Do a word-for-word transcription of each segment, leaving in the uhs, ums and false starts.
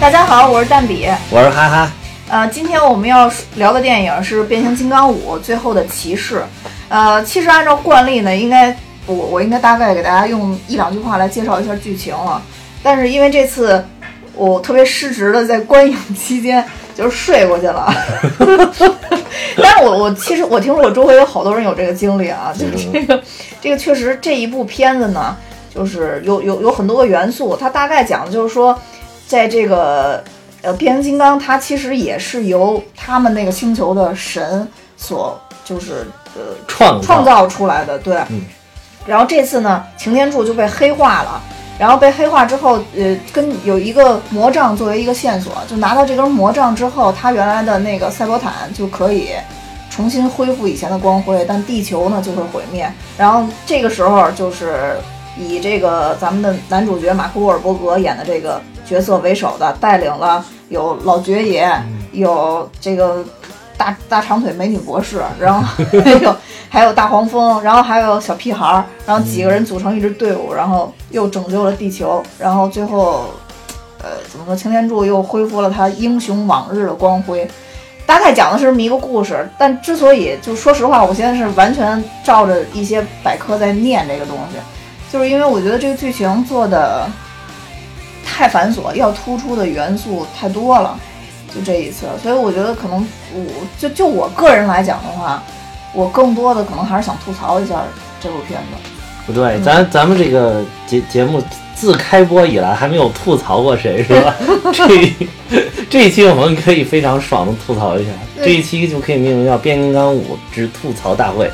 大家好，我是蛋比， 我是哈哈。 呃，今天我们要聊的电影是《变形金刚五：最后的骑士》。呃，其实按照惯例呢，应该我我应该大概给大家用一两句话来介绍一下剧情了。但是因为这次我特别失职的在观影期间就是睡过去了。但是我我其实我听说我周围有好多人有这个经历啊，就是这个这个确实这一部片子呢，就是有有有很多个元素，它大概讲的就是说，在这个呃变形金刚，它其实也是由他们那个星球的神所就是呃创创造出来的，对。 嗯。 然后这次呢，擎天柱就被黑化了。然后被黑化之后，呃，跟有一个魔杖作为一个线索，就拿到这根魔杖之后，他原来的那个赛博坦就可以重新恢复以前的光辉，但地球呢就会毁灭。然后这个时候就是以这个咱们的男主角马克·沃尔伯格演的这个角色为首的，带领了有老爵爷，有这个大大长腿美女博士，然后还有还有大黄蜂，然后还有小屁孩，然后几个人组成一支队伍，然后又拯救了地球，然后最后呃怎么说，擎天柱又恢复了他英雄往日的光辉。大概讲的是这么一个故事，但之所以就说实话，我现在是完全照着一些百科在念这个东西，就是因为我觉得这个剧情做的太繁琐，要突出的元素太多了，就这一次，所以我觉得可能我就就我个人来讲的话，我更多的可能还是想吐槽一下这部片子。 不对，咱咱们这个节节目自开播以来还没有吐槽过谁，是吧？这这一期我们可以非常爽的吐槽一下，这一期就可以命名叫《变形金刚五之吐槽大会》。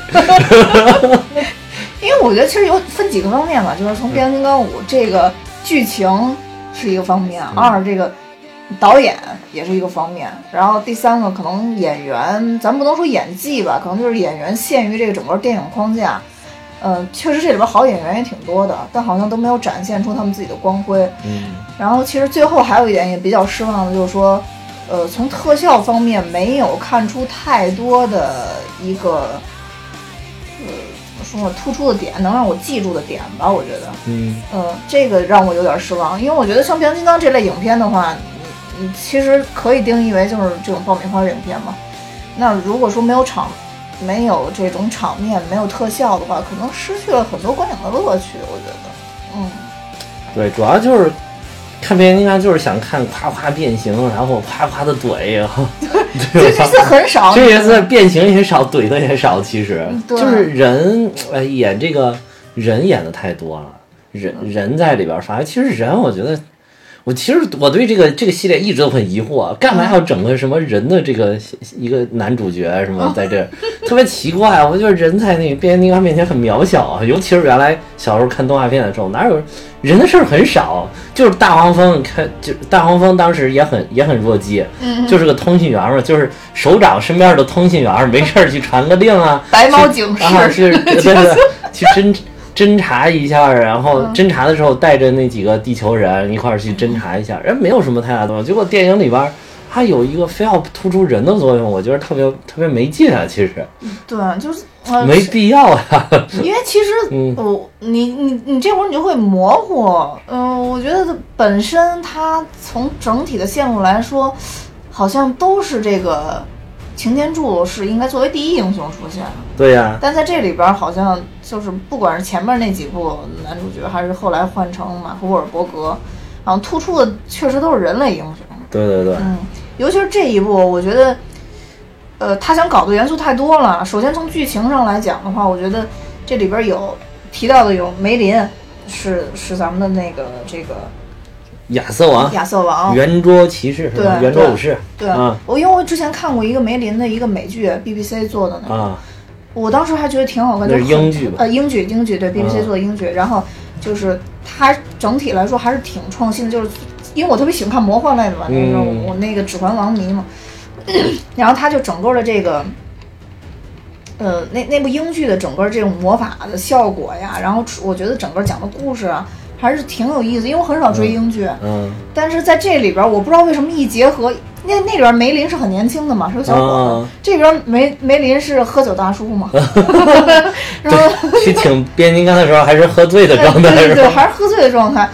因为我觉得其实有分几个方面吧，就是从《变形金刚五》这个剧情是一个方面， 嗯、 二这个导演也是一个方面，然后第三个可能演员，咱不能说演技吧，可能就是演员限于这个整个电影框架。呃，确实这里边好演员也挺多的，但好像都没有展现出他们自己的光辉。 嗯。然后其实最后还有一点也比较失望的，就是说，呃，从特效方面没有看出太多的一个，呃，怎么说呢，突出的点，能让我记住的点吧，我觉得。 嗯。 呃，这个让我有点失望，因为我觉得像变形金刚这类影片的话，你你其实可以定义为就是这种爆米花影片嘛。那如果说没有场。没有这种场面，没有特效的话，可能失去了很多观影的乐趣。我觉得，嗯， 对，主要就是看变形金刚，就是想看夸夸变形，然后夸夸的怼，然后这这次很少， 这次变形也少，怼的也少。其实就是人，呃，演这个人演的太多了，人人在里边发挥。其实人，我觉得。我其实我对这个这个系列一直都很疑惑，干嘛要整个什么人的这个一个男主角什么在这儿，特别奇怪。我觉得人在那个变形金刚面前很渺小啊，尤其是原来小时候看动画片的时候，哪有人的事儿很少，就是大黄蜂，看就大黄蜂当时也很也很弱鸡， 嗯， 就是个通信员嘛，就是首长身边的通信员，没事儿去传个令啊， 白毛警示啊，是对对，去侦。侦查一下，然后侦查的时候带着那几个地球人一块儿去侦查一下，人没有什么太大作用。结果电影里边它有一个非要突出人的作用，我觉得特别特别没劲啊。其实， 对，就是、呃、 没必要呀、啊。 因为其实，嗯，我你你你这会儿你就会模糊。嗯、呃，我觉得本身它从整体的线路来说，好像都是这个。擎天柱是应该作为第一英雄出现的， 对呀、啊。 但在这里边好像就是不管是前面那几部男主角，还是后来换成马克·沃尔伯格，然后突出的确实都是人类英雄。 对对对， 嗯，尤其是这一部，我觉得，呃，他想搞的元素太多了。首先从剧情上来讲的话，我觉得这里边有提到的有梅林，是是咱们的那个这个。 亚瑟王， 亚瑟王， 圆桌骑士， 对， 圆桌武士， 对，嗯、我因为我之前看过一个梅林的一个美剧 ，B B C 做的那个， 啊、 我当时还觉得挺好看， 那是英剧吧？ 呃，英剧，英剧，对 ，B B C 做的英剧，啊、然后就是它整体来说还是挺创新的，就是因为我特别喜欢看魔幻类的嘛，那时候我那个指环王迷嘛，然后它就整个的这个。呃，那那部英剧的整个这种魔法的效果呀，然后我觉得整个讲的故事啊，还是挺有意思。因为我很少追英剧， 嗯，嗯但是在这里边，我不知道为什么一结合，那那里边梅林是很年轻的嘛，是个小伙子， 嗯、 这边梅梅林是喝酒大叔嘛， 然后去请变形金刚的时候还是喝醉的状态， 对对对，还是喝醉的状态。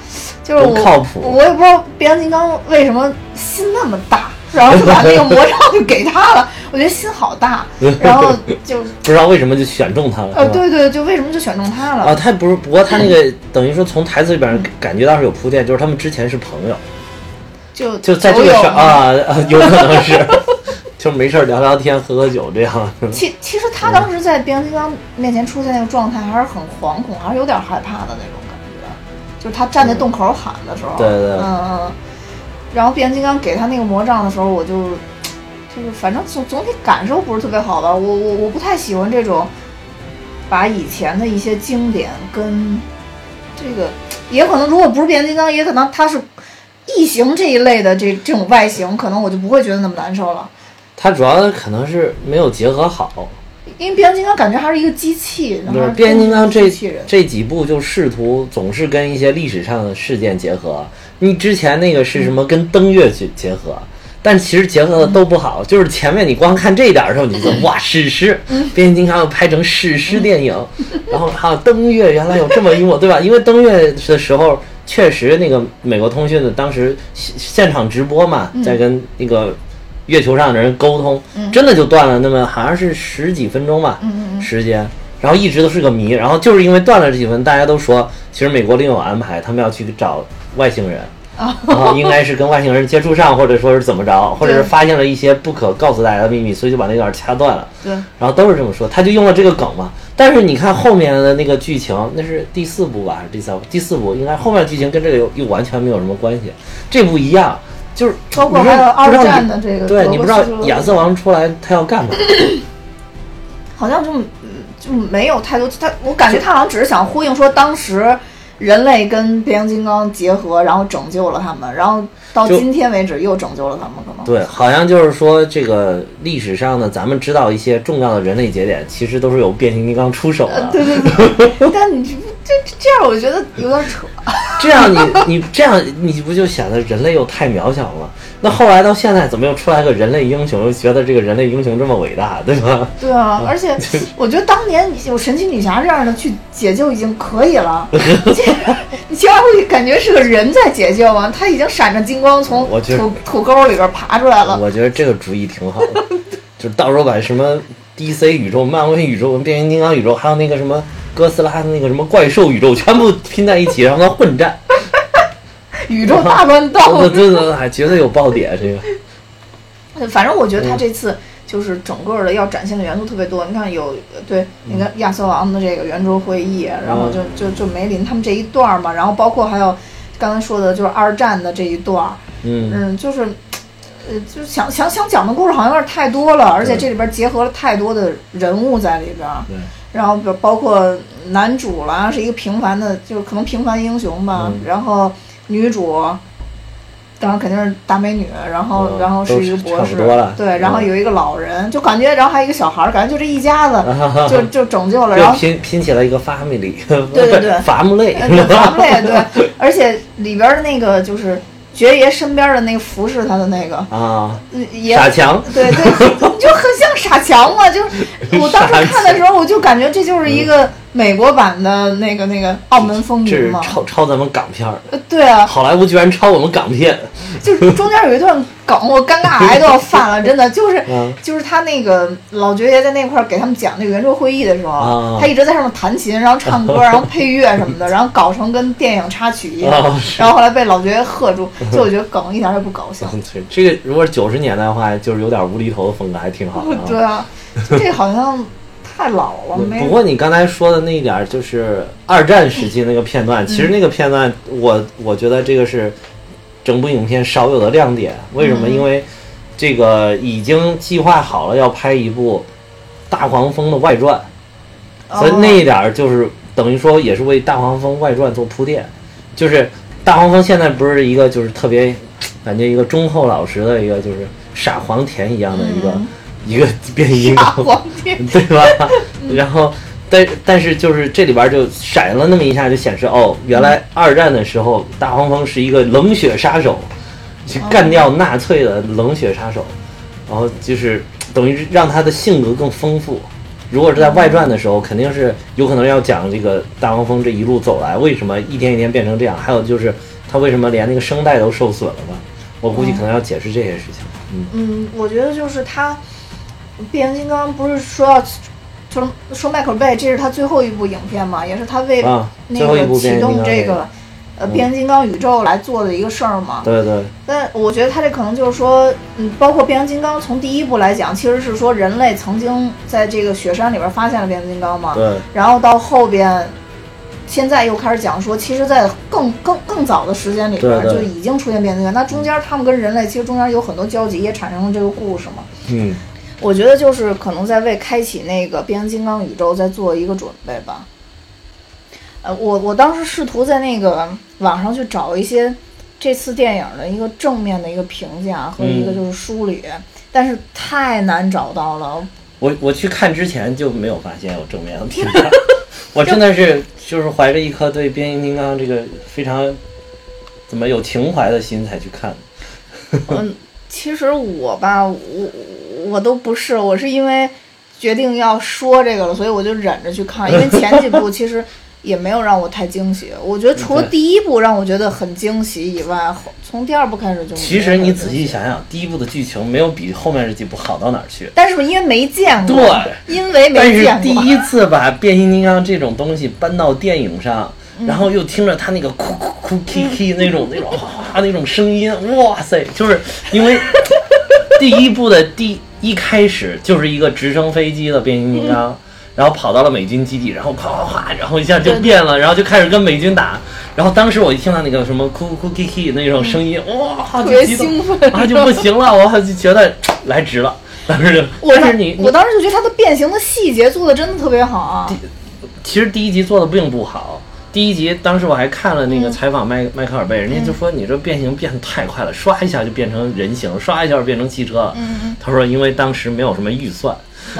就是我靠谱。 我也不知道变形金刚为什么心那么大，然后就把那个魔杖就给他了，我觉得心好大，然后就不知道为什么就选中他了。 呃，对对，就为什么就选中他了？ 啊，他不是，不过他那个等于说从台词里边感觉到是有铺垫，就是他们之前是朋友， 就就在这个事啊啊，有可能是。就没事聊聊天喝喝酒这样。 其其实他当时在变形金刚面前出现那个状态还是很惶恐，还是有点害怕的那种感觉，就是他站在洞口喊的时候， 对对， 嗯嗯，然后变形金刚给他那个魔杖的时候，我就就是反正总总体感受不是特别好吧，我我我不太喜欢这种把以前的一些经典跟这个，也可能如果不是变形金刚，也可能他是异形这一类的这这种外形，可能我就不会觉得那么难受了。 它主要可能是没有结合好， 因为变形金刚感觉还是一个机器， 对，变形金刚这这几部就试图总是跟一些历史上的事件结合。你之前那个是什么跟登月去结合，嗯、但其实结合的都不好。嗯、就是前面你光看这一点的时候，你就觉得哇史诗，嗯、变形金刚要拍成史诗电影，嗯、然后还有登月，原来有这么一幕，对吧？因为登月的时候确实那个美国通讯的当时现场直播嘛，在跟那个。月球上的人沟通，真的就断了那么好像是十几分钟吧，时间，然后一直都是个谜，然后就是因为断了这几分，大家都说其实美国另有安排，他们要去找外星人，然后应该是跟外星人接触上，或者说是怎么着，或者是发现了一些不可告诉大家的秘密，所以就把那段掐断了。 对， 然后都是这么说，他就用了这个梗嘛。但是你看后面的那个剧情，那是第四部吧，还是第三部？第四部应该后面的剧情跟这个又又完全没有什么关系，这不一样。就是包括还有二战的这个， 对你不知道亚瑟王出来他要干嘛， 好像就就没有太多。他我感觉他好像只是想呼应说当时人类跟变形金刚结合，然后拯救了他们，然后到今天为止又拯救了他们，可能对，好像就是说这个历史上呢，咱们知道一些重要的人类节点，其实都是由变形金刚出手的。 呃、对对对，但你这这样我觉得有点扯。 这样你你这样你不就显得人类又太渺小了吗？那后来到现在怎么又出来个人类英雄，又觉得这个人类英雄这么伟大，对吧？ 对啊，而且我觉得当年有神奇女侠这样的去解救已经可以了，你千万会感觉是个人在解救啊，他已经闪着金光从土土沟里边爬出来了。 我觉得这个主意挺好的，就是到时候把什么 D C 宇宙、漫威宇宙、变形金刚宇宙，还有那个什么哥斯拉的那个什么怪兽宇宙全部拼在一起，让它混战。 宇宙大乱斗， 我真的还觉得有爆点这个。反正我觉得他这次就是整个的要展现的元素特别多。你看有对那个亚瑟王的这个圆桌会议，然后就就就梅林他们这一段嘛，然后包括还有刚才说的就是二战的这一段， 嗯嗯，就是呃，就是想想想讲的故事好像有点太多了，而且这里边结合了太多的人物在里边。 对。 然后包括男主啦，是一个平凡的，就是可能平凡英雄吧。 嗯、 然后女主，当然肯定是大美女，然后、 嗯、 然后是一个博士，对，然后有一个老人， 嗯、 就感觉，然后还有一个小孩，感觉就这一家子，就就拯救了，然后拼拼起来一个 family， 对对对， 伐木类， 伐木类，对，而且里边的那个就是爵爷身边的那个服侍他的那个啊， 也傻强， 对对，就很像傻强嘛，就是我当时看的时候，我就感觉这就是一个美国版的那个那个澳门风云嘛， 抄抄咱们港片儿， 对啊， 好莱坞居然抄我们港片， 就是中间有一段梗，我尴尬癌都要犯了，真的就是、 嗯、 就是他那个老爵爷在那块给他们讲那个圆桌会议的时候， 啊、 他一直在上面弹琴，然后唱歌，然后配乐什么的，然后搞成跟电影插曲一样， 啊、 然后后来被老爵爷喝住，所以我觉得梗一点也不搞笑。 对，这个如果是九十年代的话，就是有点无厘头的风格，还挺好的、啊。 对啊，这好像太老了。没。 不过你刚才说的那一点，就是二战时期那个片段，嗯、其实那个片段我，我我觉得这个是整部影片少有的亮点。为什么？ 嗯、 因为这个已经计划好了要拍一部大黄蜂的外传， 哦、 所以那一点就是等于说也是为大黄蜂外传做铺垫。就是大黄蜂现在不是一个就是特别感觉一个忠厚老实的一个就是傻黄田一样的一个、嗯、一个变形金刚，对吧？然后但但是就是这里边就闪了那么一下，就显示哦，原来二战的时候大黄蜂是一个冷血杀手，去干掉纳粹的冷血杀手，然后就是等于让他的性格更丰富。如果是在外传的时候，肯定是有可能要讲这个大黄蜂这一路走来为什么一天一天变成这样，还有就是他为什么连那个声带都受损了吧？我估计可能要解释这些事情。 嗯嗯，我觉得就是他变形金刚不是说要。就是说迈克尔贝，这是他最后一部影片嘛，也是他为那个启动这个、啊、呃变形金刚宇宙来做的一个事儿嘛。 对对。 但我觉得他这可能就是说，嗯，包括变形金刚从第一部来讲，其实是说人类曾经在这个雪山里边发现了变形金刚嘛。 对。 然后到后边，现在又开始讲说，其实，在更更更早的时间里边就已经出现变形金刚，那中间他们跟人类其实中间有很多交集，也产生了这个故事嘛。 嗯。 我觉得就是可能在为开启那个变形金刚宇宙在做一个准备吧。呃，我我当时试图在那个网上去找一些这次电影的一个正面的一个评价和一个就是梳理，嗯、但是太难找到了。 我我去看之前就没有发现有正面的评价，我真的是就是怀着一颗对变形金刚这个非常怎么有情怀的心才去看。 嗯，其实我吧，我。我都不是，我是因为决定要说这个了，所以我就忍着去看。因为前几部其实也没有让我太惊喜，我觉得除了第一部让我觉得很惊喜以外，从第二部开始就没有。 其实你仔细想想，第一部的剧情没有比后面这几部好到哪儿去。 但是因为没见过， 对， 因为没见过。 但是第一次把变形金刚这种东西搬到电影上，嗯、然后又听着他那个哭哭哭 k k 那种那种哗那种声音，哇塞！就是因为第一部的第。一开始就是一个直升飞机的变形金刚、嗯、然后跑到了美军基地，然后哗哗哗，然后一下就变了，然后就开始跟美军打。然后当时我一听到那个什么哭哭 k k 那种声音，哇， 特别兴奋啊，就不行了，我就觉得来值了。当时就，但是你我当时就觉得他的变形的细节做的真的特别好啊。 其实第一集做的并不好。第一集当时我还看了那个采访麦、嗯、迈克尔贝，人家就说你这变形变得太快了，刷一下就变成人形，刷一下就变成汽车了。 嗯、 他说因为当时没有什么预算，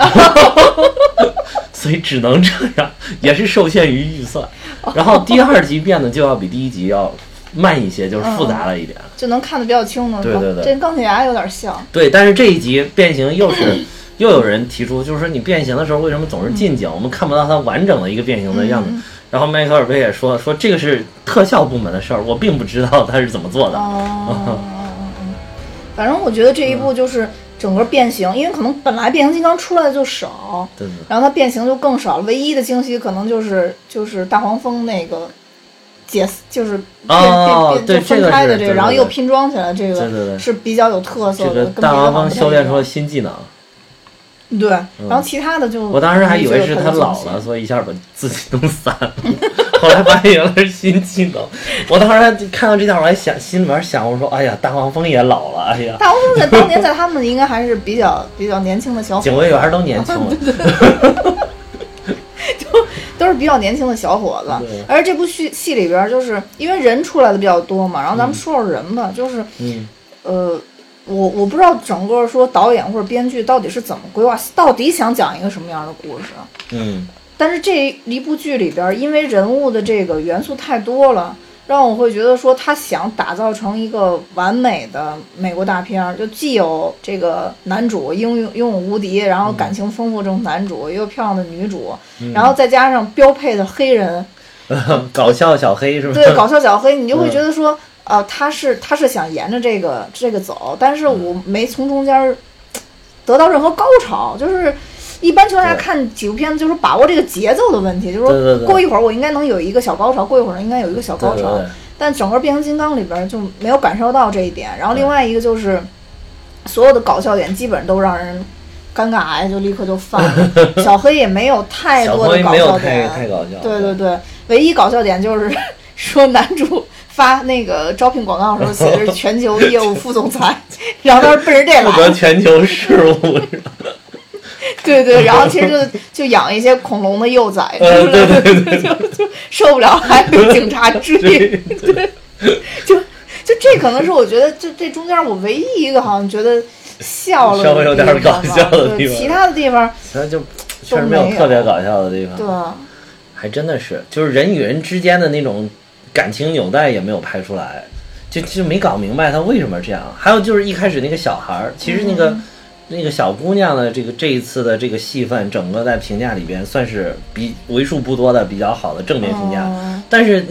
所以只能这样，也是受限于预算。然后第二集变得就要比第一集要慢一些，就是复杂了一点，嗯、 就能看得比较清楚。 对对对， 这钢铁侠有点像。 对，但是这一集变形又是。又有人提出，就是说你变形的时候为什么总是近景，嗯、我们看不到它完整的一个变形的样子。嗯、然后迈克尔贝也说说这个是特效部门的事儿，我并不知道他是怎么做的。 哦，反正我觉得这一部就是整个变形，嗯、因为可能本来变形金刚出来的就少， 对对， 然后它变形就更少了。唯一的惊喜可能就是就是大黄蜂那个解就是变、 哦、 变变就分开的这个， 对对对， 然后又拼装起来，这个对对对是比较有特色的。 这个大黄蜂修炼出了新技能。 对，然后其他的就、 嗯、我当时还以为是他老了，所以一下把自己弄散了。后来发现原来是新技能。我当时还看到这条，我还想心里面想，我说：“哎呀，大黄蜂也老了，哎呀。” 大黄蜂在当年在他们应该还是比较比较年轻的小伙子， 警卫员都年轻了， 就都是比较年轻的小伙子。而这部戏戏里边，就是因为人出来的比较多嘛，然后咱们说说人吧，嗯、就是嗯呃。我我不知道整个说导演或者编剧到底是怎么规划，到底想讲一个什么样的故事。 嗯， 但是这一部剧里边，因为人物的这个元素太多了，让我会觉得说他想打造成一个完美的美国大片，就既有这个男主英勇英勇无敌，然后感情丰富这种男主，也有漂亮的女主， 嗯、 然后再加上标配的黑人， 搞笑小黑是吧？ 对，搞笑小黑，你就会觉得说。嗯呃，他是他是想沿着这个这个走，但是我没从中间得到任何高潮。就是一般情况下看纪录片，就是把握这个节奏的问题，就是说过一会儿我应该能有一个小高潮，过一会儿应该有一个小高潮。 对对对， 但整个变形金刚里边就没有感受到这一点。然后另外一个就是所有的搞笑点基本都让人尴尬癌就立刻就犯了。小黑也没有太多的搞笑点， 太太搞笑。 对对对，唯一搞笑点就是说男主。发那个招聘广告的时候写的是全球业务副总裁，然后他是奔着这来的， 负责全球事务。 对对，然后其实就就养一些恐龙的幼崽， 呃、对对对， 就就受不了，还被警察追，对，就就这可能是我觉得这这中间我唯一一个好像觉得笑了， 稍微有点搞笑的地方， 其他的地方那就确实没有特别搞笑的地方， 对， 还真的是就是人与人之间的那种。感情纽带也没有拍出来，就就没搞明白他为什么这样。还有就是一开始那个小孩，其实那个、嗯、那个小姑娘的这个这一次的这个戏份，整个在评价里边算是比为数不多的比较好的正面评价。 哦、 但是那个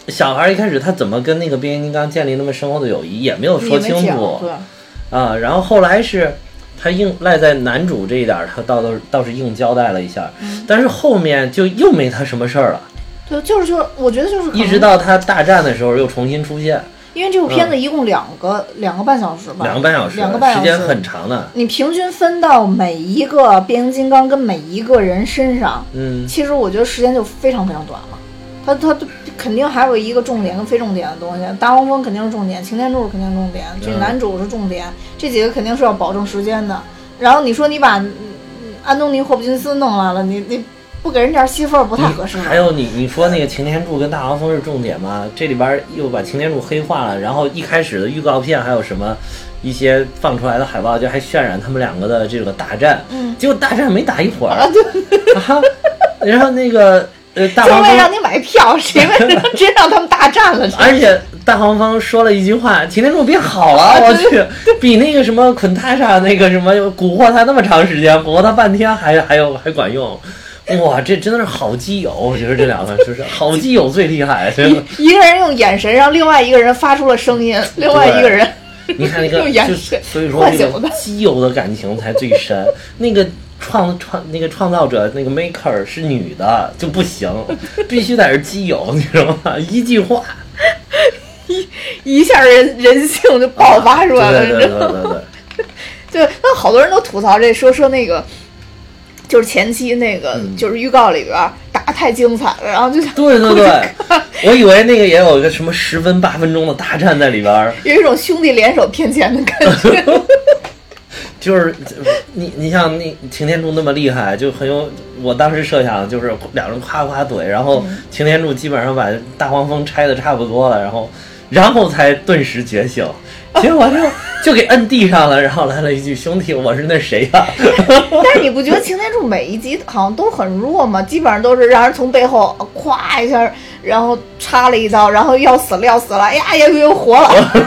小孩一开始他怎么跟那个变形金刚建立那么深厚的友谊也没有说清楚啊，然后后来是他硬赖在男主这一点，他倒倒倒是硬交代了一下， 嗯、 但是后面就又没他什么事儿了。 对，就是就是，我觉得就是一直到他大战的时候又重新出现。 因为这部片子一共两个、嗯、两个半小时吧， 两个半小时， 两个半小时， 时间很长的。 你平均分到每一个变形金刚跟每一个人身上， 嗯， 其实我觉得时间就非常非常短了。他他肯定还有一个重点跟非重点的东西，大黄蜂肯定是重点，擎天柱肯定是重点，这男主是重点，嗯、这几个肯定是要保证时间的。然后你说你把安东尼·霍普金斯弄来了，你你。不给人点戏份不太合适。 还有你你说那个擎天柱跟大黄蜂是重点吗？这里边又把擎天柱黑化了，然后一开始的预告片还有什么一些放出来的海报就还渲染他们两个的这个大战， 嗯， 结果大战没打一会儿， 啊对啊，然后那个呃大黄蜂就为让你买票，谁为了真让他们大战了？ 而且大黄蜂说了一句话：“擎天柱变好了，我去，比那个什么昆塔莎那个什么蛊惑他那么长时间，蛊惑他半天还还有还管用。”哇，这真的是好基友！我觉得这两个就是好基友最厉害。 一一个人用眼神让另外一个人发出了声音，另外一个人你看那个用眼神， 所以说这个基友的感情才最深。那个创创那个创造者那个 maker 是女的就不行，必须得是基友，你知道吗？一句话， 一一下人人性就爆发出来了， 对对对对对对。 对，那好多人都吐槽这，说说那个。就是前期那个， 嗯、 就是预告里边打太精彩了，然后就对对对，我以为那个也有一个什么十分八分钟的大战在里边， 有一种兄弟联手骗钱的感觉。 就是你你像那擎天柱那么厉害，就很有我当时设想就是两人夸夸怼，然后擎天柱基本上把大黄蜂拆的差不多了，然后然后才顿时觉醒。结果就就给摁地上了，然后来了一句：“兄弟，我是那谁呀、啊？” 但是你不觉得擎天柱每一集好像都很弱吗？基本上都是让人从背后咵一下，然后插了一刀，然后要死了要死了，哎呀，又又活了。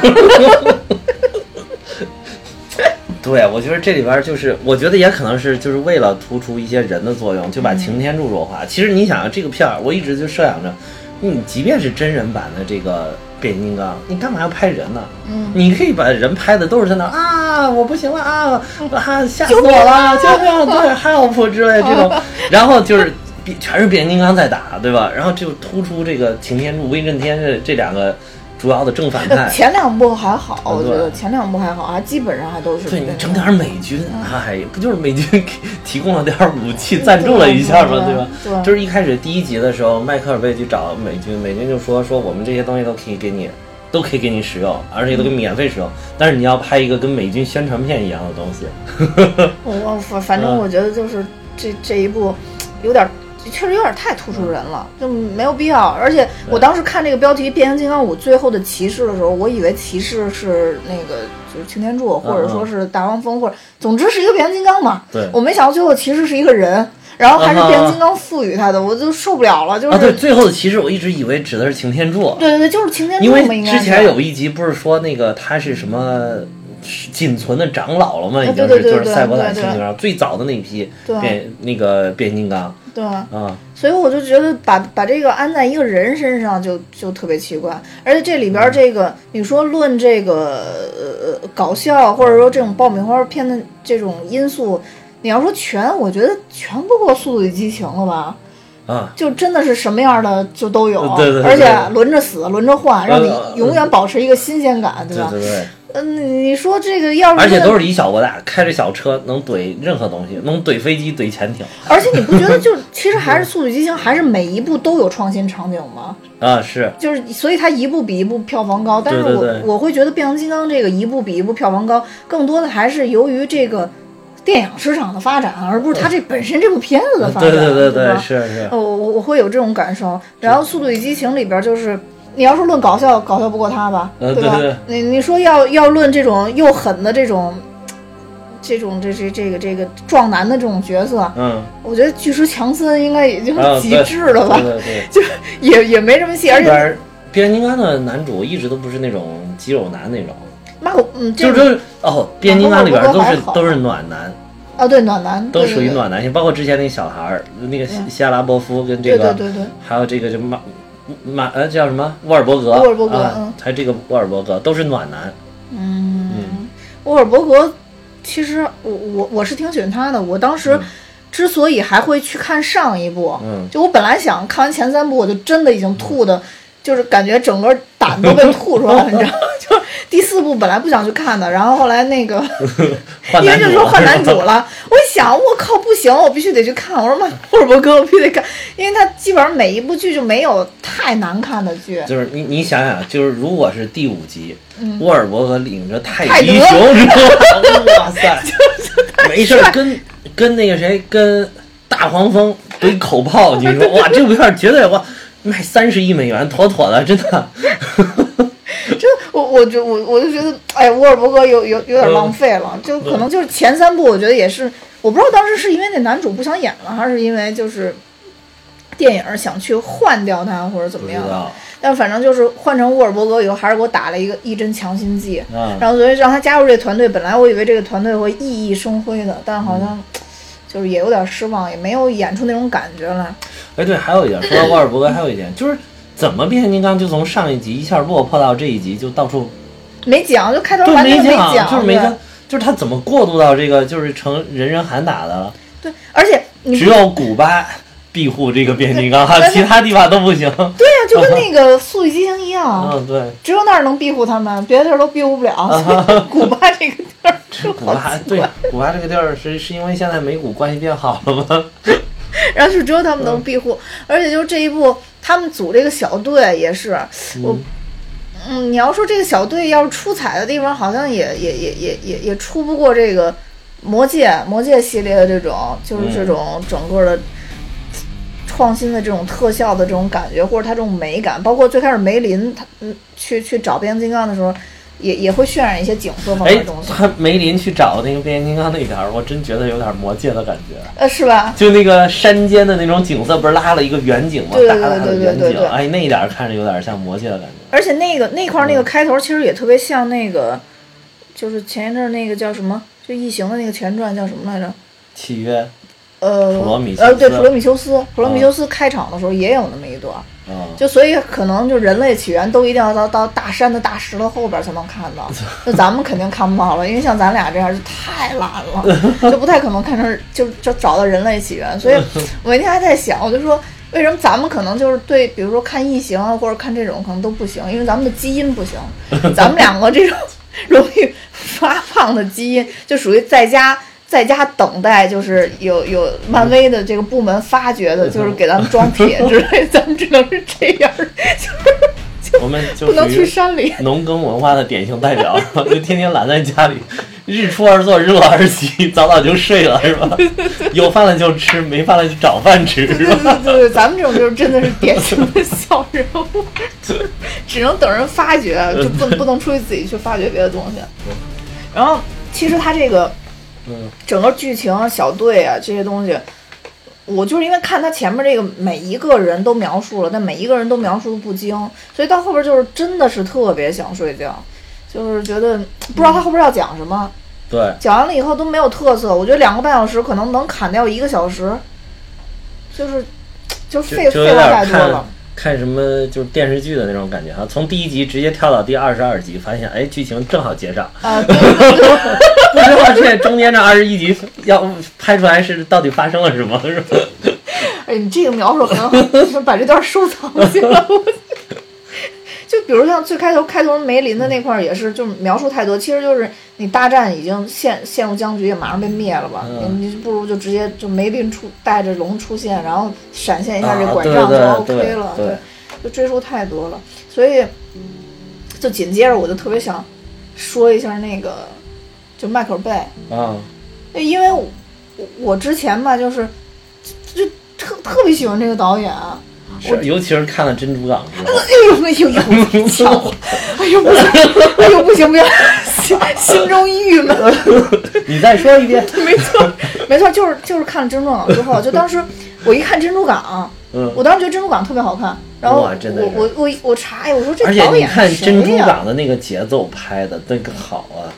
对，我觉得这里边就是，我觉得也可能是就是为了突出一些人的作用，就把擎天柱弱化。嗯、其实你想这个片儿，我一直就设想着，你即便是真人版的这个。变形金刚，你干嘛要拍人呢？ 嗯， 你可以把人拍的都是在那啊，我不行了啊，啊吓死我了，救命！对 ，help 之类这种，然后就是全是变形金刚在打，对吧？然后就突出这个擎天柱、威震天这这两个主要的正反派。 前两部还好，我觉得前两部还好，还基本上还都是。 对你整点美军，哎，不就是美军给提供了点武器，赞助了一下吗？对吧？ 对， 就是一开始第一集的时候，迈克尔贝去找美军，美军就说说我们这些东西都可以给你，都可以给你使用，而且都可以免费使用，但是你要拍一个跟美军宣传片一样的东西。 我反反正我觉得就是这这一部有点。确实有点太突出人了，就没有必要。而且我当时看这个标题《变形金刚五最后的骑士》的时候，我以为骑士是那个就是擎天柱，或者说是大黄蜂，或者总之是一个变形金刚嘛。 对， 我没想到最后骑士是一个人，然后还是变形金刚赋予他的，我就受不了了。就是啊，对，最后的骑士我一直以为指的是擎天柱。 对对对，就是擎天柱。 因为之前有一集不是说那个他是什么？仅存的长老了嘛，已经是就是赛博坦星球上最早的那一批变那个变形金刚。 对啊、 嗯， 所以我就觉得把把这个安在一个人身上就就特别奇怪，而且这里边这个、嗯、你说论这个呃搞笑或者说这种爆米花片的这种因素，你要说全，我觉得全不过《速度与激情》了吧？ 啊， 就真的是什么样的就都有， 对对对对， 而且轮着死轮着换，让你永远保持一个新鲜感， 对吧？ 对对对。 嗯，你说这个要是， 而且都是以小博大，开着小车能怼任何东西，能怼飞机、怼潜艇。 而且你不觉得就其实还是《速度与激情》还是每一部都有创新场景吗？ 啊，是， 就是所以它一部比一部票房高，但是我对对对我会觉得变形金刚这个一部比一部票房高，更多的还是由于这个电影市场的发展，而不是它这本身这部片子的发展。 对对对对， 是是。 我我我会有这种感受。然后《速度与激情》里边就是。你要说论搞笑，搞笑不过他吧， 呃、 对吧？ 对对你你说要要论这种又狠的这种，这种这这这个这个壮男的这种角色， 嗯， 我觉得巨石强森应该也就是极致了吧， 嗯、对, 对, 对, 对， 就也也没什么戏。而且变形金刚的男主一直都不是那种肌肉男那种， 马嗯， 就就是哦，变形金刚里边都是都是暖男。 啊，对，暖男都属于暖男性，包括之前那个小孩儿，那个希亚拉波夫跟这个， 对对对对， 还有这个就马马呃叫什么沃尔伯格， 沃尔伯格， 啊、 嗯， 还这个沃尔伯格都是暖男。 嗯，嗯沃尔伯格其实我我我是挺喜欢他的，我当时。嗯之所以还会去看上一部， 嗯， 就我本来想看完前三部，我就真的已经吐的，就是感觉整个胆都被吐出来了，你知道吗？就第四部本来不想去看的，然后后来那个，因为就说换男主了，我一想，我靠，不行，我必须得去看。我说妈，沃尔伯格，我必须得看，因为他基本上每一部剧就没有太难看的剧。 就是你你想想，就是如果是第五集， 嗯、 沃尔伯格领着泰迪熊，哇塞，没事跟。跟那个谁，跟大黄蜂怼口炮，你说哇，这部片绝对哇卖三十亿美元，妥妥的，真的。 这我我就我我就觉得，哎，沃尔伯格有有有点浪费了，嗯、就可能就是前三部，我觉得也是，我不知道当时是因为那男主不想演了，还是因为就是电影想去换掉他或者怎么样。但反正就是换成沃尔伯格以后，还是给我打了一个一针强心剂， 嗯、 然后所以让他加入这个团队。本来我以为这个团队会熠熠生辉的，但好像。嗯就是也有点失望，也没有演出那种感觉来。 哎，对，还有一点，说到沃尔伯格，还有一点就是怎么变形金刚就从上一集一下落魄到这一集就到处没讲，就开头完全没讲， 就是没讲，就是他怎么过渡到这个就是成人人喊打的了。 对，而且只有古巴庇护这个变形金刚，其他地方都不行。 对呀、啊，就跟那个《速度与激情》一样， 嗯，对， 只有那儿能庇护他们，别的地儿都庇护不了。啊、古巴这个地儿， 古巴对，古巴这个地儿是是因为现在美股关系变好了吗？ 然后就只有他们能庇护，嗯、而且就是这一部，他们组这个小队也是，我，嗯，你要说这个小队要是出彩的地方，好像也也也也也也出不过这个魔戒魔戒系列的这种，就是这种整个的。创新的这种特效的这种感觉，或者它这种美感，包括最开始梅林他嗯去去找变形金刚的时候，也也会渲染一些景色方面的东西。 他梅林去找那个变形金刚那点儿，我真觉得有点魔戒的感觉。 呃，是吧？ 就那个山间的那种景色，不是拉了一个远景吗？ 对对大大的远景，哎，那一点看着有点像魔戒的感觉。 而且那个那块那个开头其实也特别像那个，嗯、就是前一阵那个叫什么，就异形的那个前传叫什么来着？ 契约。 呃， 普罗米修斯呃，对，普罗米修斯，普罗米修斯开场的时候也有那么一段， 嗯、 就所以可能就人类起源都一定要到到大山的大石头后边才能看到，那咱们肯定看不到了，因为像咱俩这样就太懒了，就不太可能看成就就找到人类起源。所以我那天还在想，我就说为什么咱们可能就是对，比如说看异形啊或者看这种可能都不行，因为咱们的基因不行，咱们两个这种容易发胖的基因就属于在家。在家等待，就是有有漫威的这个部门发掘的，就是给咱们装铁之类，咱们只能是这样，就是就我们就不能去山里。 农耕文化的典型代表，就天天懒在家里，日出而作，日落而息，早早就睡了，是吧？有饭了就吃，没饭了就找饭吃，是吧？ 对对对对，咱们这种就是真的是典型的小人物，就是只能等人发掘，就不不能出去自己去发掘别的东西。然后，其实他这个。 嗯， 整个剧情小队啊这些东西，我就是因为看他前面这个每一个人都描述了，但每一个人都描述的不精，所以到后边就是真的是特别想睡觉，就是觉得不知道他后边要讲什么。 对， 讲完了以后都没有特色，我觉得两个半小时可能能砍掉一个小时，就是就废废话太多了。 看什么就是电视剧的那种感觉哈，从第一集直接跳到第二十二集，发现哎剧情正好接上啊，对对对不知道这中间这二十一集要拍出来是到底发生了什么，是吧？ 哎，你这个描述很好，就把这段收藏起来。就比如像最开头开头梅林的那块也是，就描述太多，其实就是你大战已经陷陷入僵局，也马上被灭了吧？ 嗯、 你不如就直接就梅林出带着龙出现，然后闪现一下这拐杖就 OK 了， 啊、对, 对, 对, 对， 就追溯太多了，所以就紧接着我就特别想说一下那个就迈克尔贝啊， 因为我我之前吧就是就特特别喜欢这个导演。 是，尤其是看了《珍珠港》之后， 哎呦哎呦哎呦，抢我！哎呦不行，哎呦不行不行，心心中郁闷。 你再说一遍。 没错，没错，就是就是看了《珍珠港》之后，就当时我一看《珍珠港》， 嗯， 我当时觉得《珍珠港》特别好看，然后我我我我查，我说这导演谁呀？ 而且你看《珍珠港》的那个节奏拍的那个好啊，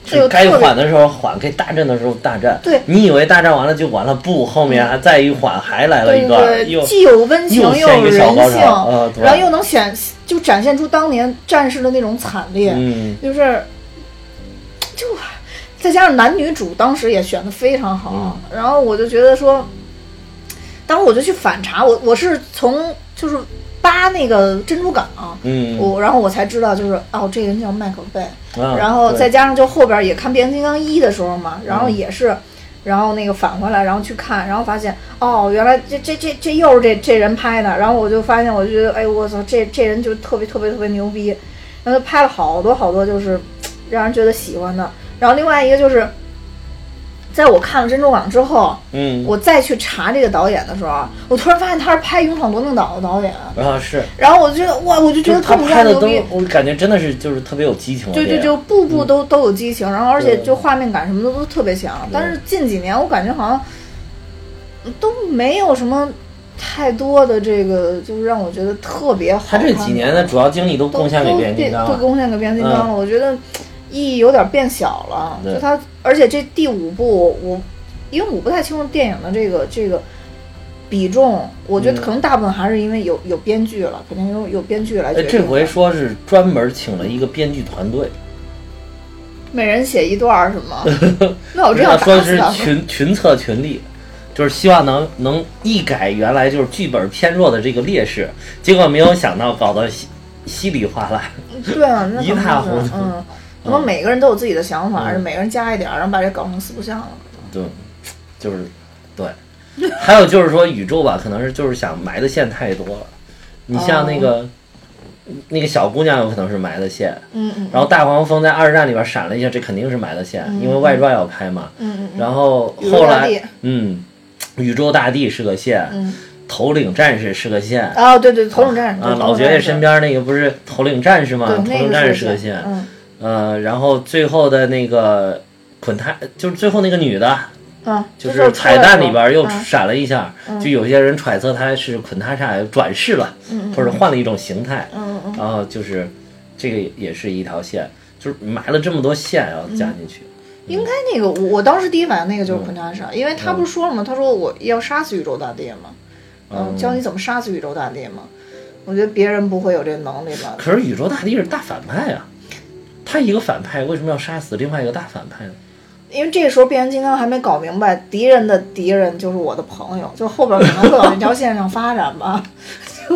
就该缓的时候缓，该大战的时候大战。 对， 你以为大战完了就完了，不，后面还再一缓，还来了一段， 对对又既有温情又有人性， 呃、 然后又能显就展现出当年战士的那种惨烈， 嗯， 就是就再加上男女主当时也选的非常好， 嗯、 然后我就觉得说，当时我就去反查，我我是从就是。扒那个珍珠港， 嗯， 我然后我才知道，就是哦，这人叫麦克贝， 啊、 然后再加上就后边也看变形金刚一的时候嘛，然后也是，嗯、然后那个返回来，然后去看，然后发现哦，原来这这这这又是这这人拍的，然后我就发现，我就觉得，哎，我操，这这人就特别特别特别牛逼，然后他拍了好多好多就是让人觉得喜欢的，然后另外一个就是。在我看了《珍珠港》之后， 嗯， 我再去查这个导演的时候，我突然发现他是拍《勇闯夺命岛》的导演啊，是。 然后我就觉得哇，我就觉得他拍的都，我感觉真的是就是特别有激情。 对对，就步步都、 嗯、 都有激情，然后而且就画面感什么的都特别强。但是近几年我感觉好像都没有什么太多的这个，就是让我觉得特别好。 他这几年的主要精力都贡献给变形金刚了， 都贡献给变形金刚了。嗯、我觉得意义有点变小了，就他，而且这第五部我。因为我不太清楚电影的这个这个比重，我觉得可能大部分还是因为有有编剧了，肯定有有编剧来决定。 这回说是专门请了一个编剧团队， 每人写一段是吗？那我这样说是群群策群力，就是希望能能一改原来就是剧本偏弱的这个劣势，结果没有想到搞得稀稀里哗啦， 对啊，那一塌糊涂。 嗯，可能每个人都有自己的想法，嗯、每个人加一点，然后把这搞成四不像了。 对。就是，对，还有就是说宇宙吧，可能是就是想埋的线太多了。你像那个、oh. 那个小姑娘，有可能是埋的线， 嗯嗯。 然后大黄蜂在二战里边闪了一下，这肯定是埋的线， 嗯、 因为外传要拍嘛。 嗯嗯。 然后后来，嗯，宇宙大帝是个线， 嗯， 头领战士是个线。 哦，对对，头领战士啊，老爵爷身边那个不是头领战士吗？头领战士是个线。 嗯。 呃，然后最后的那个捆太，就是最后那个女的。 啊， 就是彩蛋里边又闪了一下， 嗯、 就有些人揣测他是捆塔莎转世了， 嗯、 或者换了一种形态， 嗯嗯、 然后就是这个也是一条线，就是埋了这么多线要加进去。 嗯、应该那个我我当时第一反应那个就是捆塔莎，嗯、因为他不是说了吗？他说我要杀死宇宙大帝嘛，嗯，嗯教你怎么杀死宇宙大帝嘛。我觉得别人不会有这能力吧？ 可是宇宙大帝是大反派啊，他一个反派为什么要杀死另外一个大反派呢？ 因为这个时候变形金刚还没搞明白，敌人的敌人就是我的朋友，就后边可能会往那条线上发展吧。就，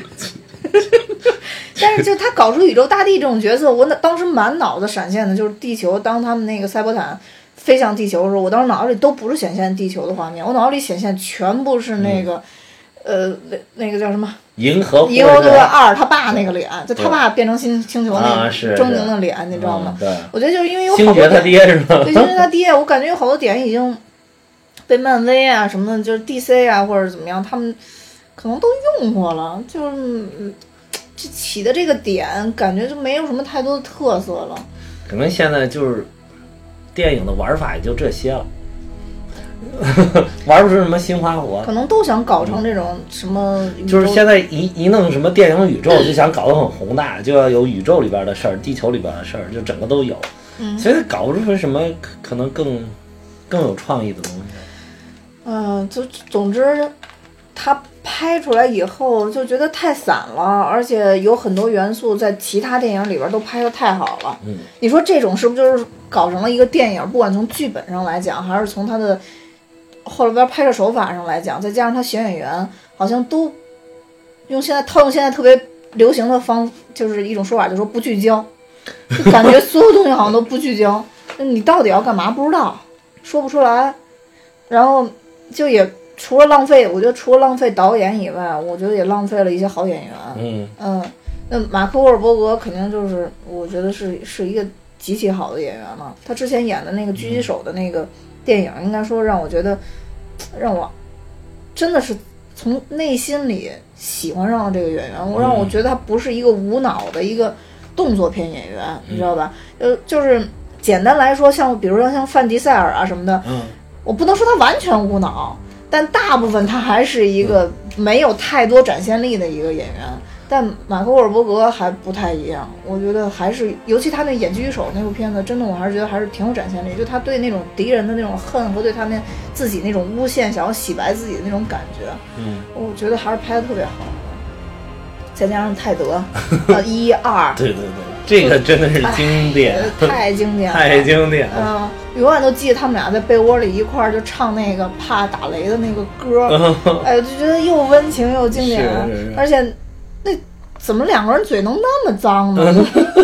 但是就他搞出宇宙大帝这种角色，我当时满脑子闪现的就是地球，当他们那个赛博坦飞向地球的时候，我当时脑子里都不是显现地球的画面，我脑子里显现全部是那个，嗯、呃，那那个叫什么？ 银河银河护卫队二他爸那个脸，就他爸变成星星球那个狰狞的脸， 啊、 你知道吗？ 嗯、对， 我觉得就是因为有好多星爵他爹是吧？ 对，星爵他爹，我感觉有好多点已经被漫威啊什么的，就是 D C 啊或者怎么样，他们可能都用过了，就是这起的这个点，感觉就没有什么太多的特色了。 可能现在就是电影的玩法也就这些了。玩不出什么新花活， 可能都想搞成这种什么， 就是现在一一弄什么电影宇宙，就想搞得很宏大，就要有宇宙里边的事儿，地球里边的事儿，就整个都有。 嗯， 所以搞不出什么可能更更有创意的东西。 嗯、呃，就总之，他拍出来以后就觉得太散了，而且有很多元素在其他电影里边都拍得太好了。 嗯， 你说这种是不是就是搞成了一个电影？不管从剧本上来讲，还是从他的后边拍摄手法上来讲，再加上他选演员，好像都用现在套用现在特别流行的方，就是一种说法，就是说不聚焦，就感觉所有东西好像都不聚焦。你到底要干嘛？不知道，说不出来。然后就也除了浪费，我觉得除了浪费导演以外，我觉得也浪费了一些好演员。 嗯嗯，那马克·沃尔伯格肯定就是我觉得是是一个极其好的演员了。他之前演的那个狙击手的那个电影，应该说让我觉得让我真的是从内心里喜欢上了这个演员。我让我觉得他不是一个无脑的一个动作片演员，你知道吧？呃，就是简单来说，像比如说像范迪塞尔啊什么的， 嗯， 我不能说他完全无脑，但大部分他还是一个没有太多展现力的一个演员。 但马克·沃尔伯格还不太一样，我觉得还是，尤其他那演狙击手那部片子，真的我还是觉得还是挺有展现力，就他对那种敌人的那种恨和对他们自己那种诬陷，想要洗白自己的那种感觉， 嗯， 我觉得还是拍的特别好的。再加上泰德，呃，一二， 对对对，这个真的是经典， 哎、太经典了， 太经典了。 嗯、呃，永远都记得他们俩在被窝里一块儿就唱那个怕打雷的那个歌，哎，就觉得又温情又经典， 是是是， 而且那怎么两个人嘴能那么脏呢？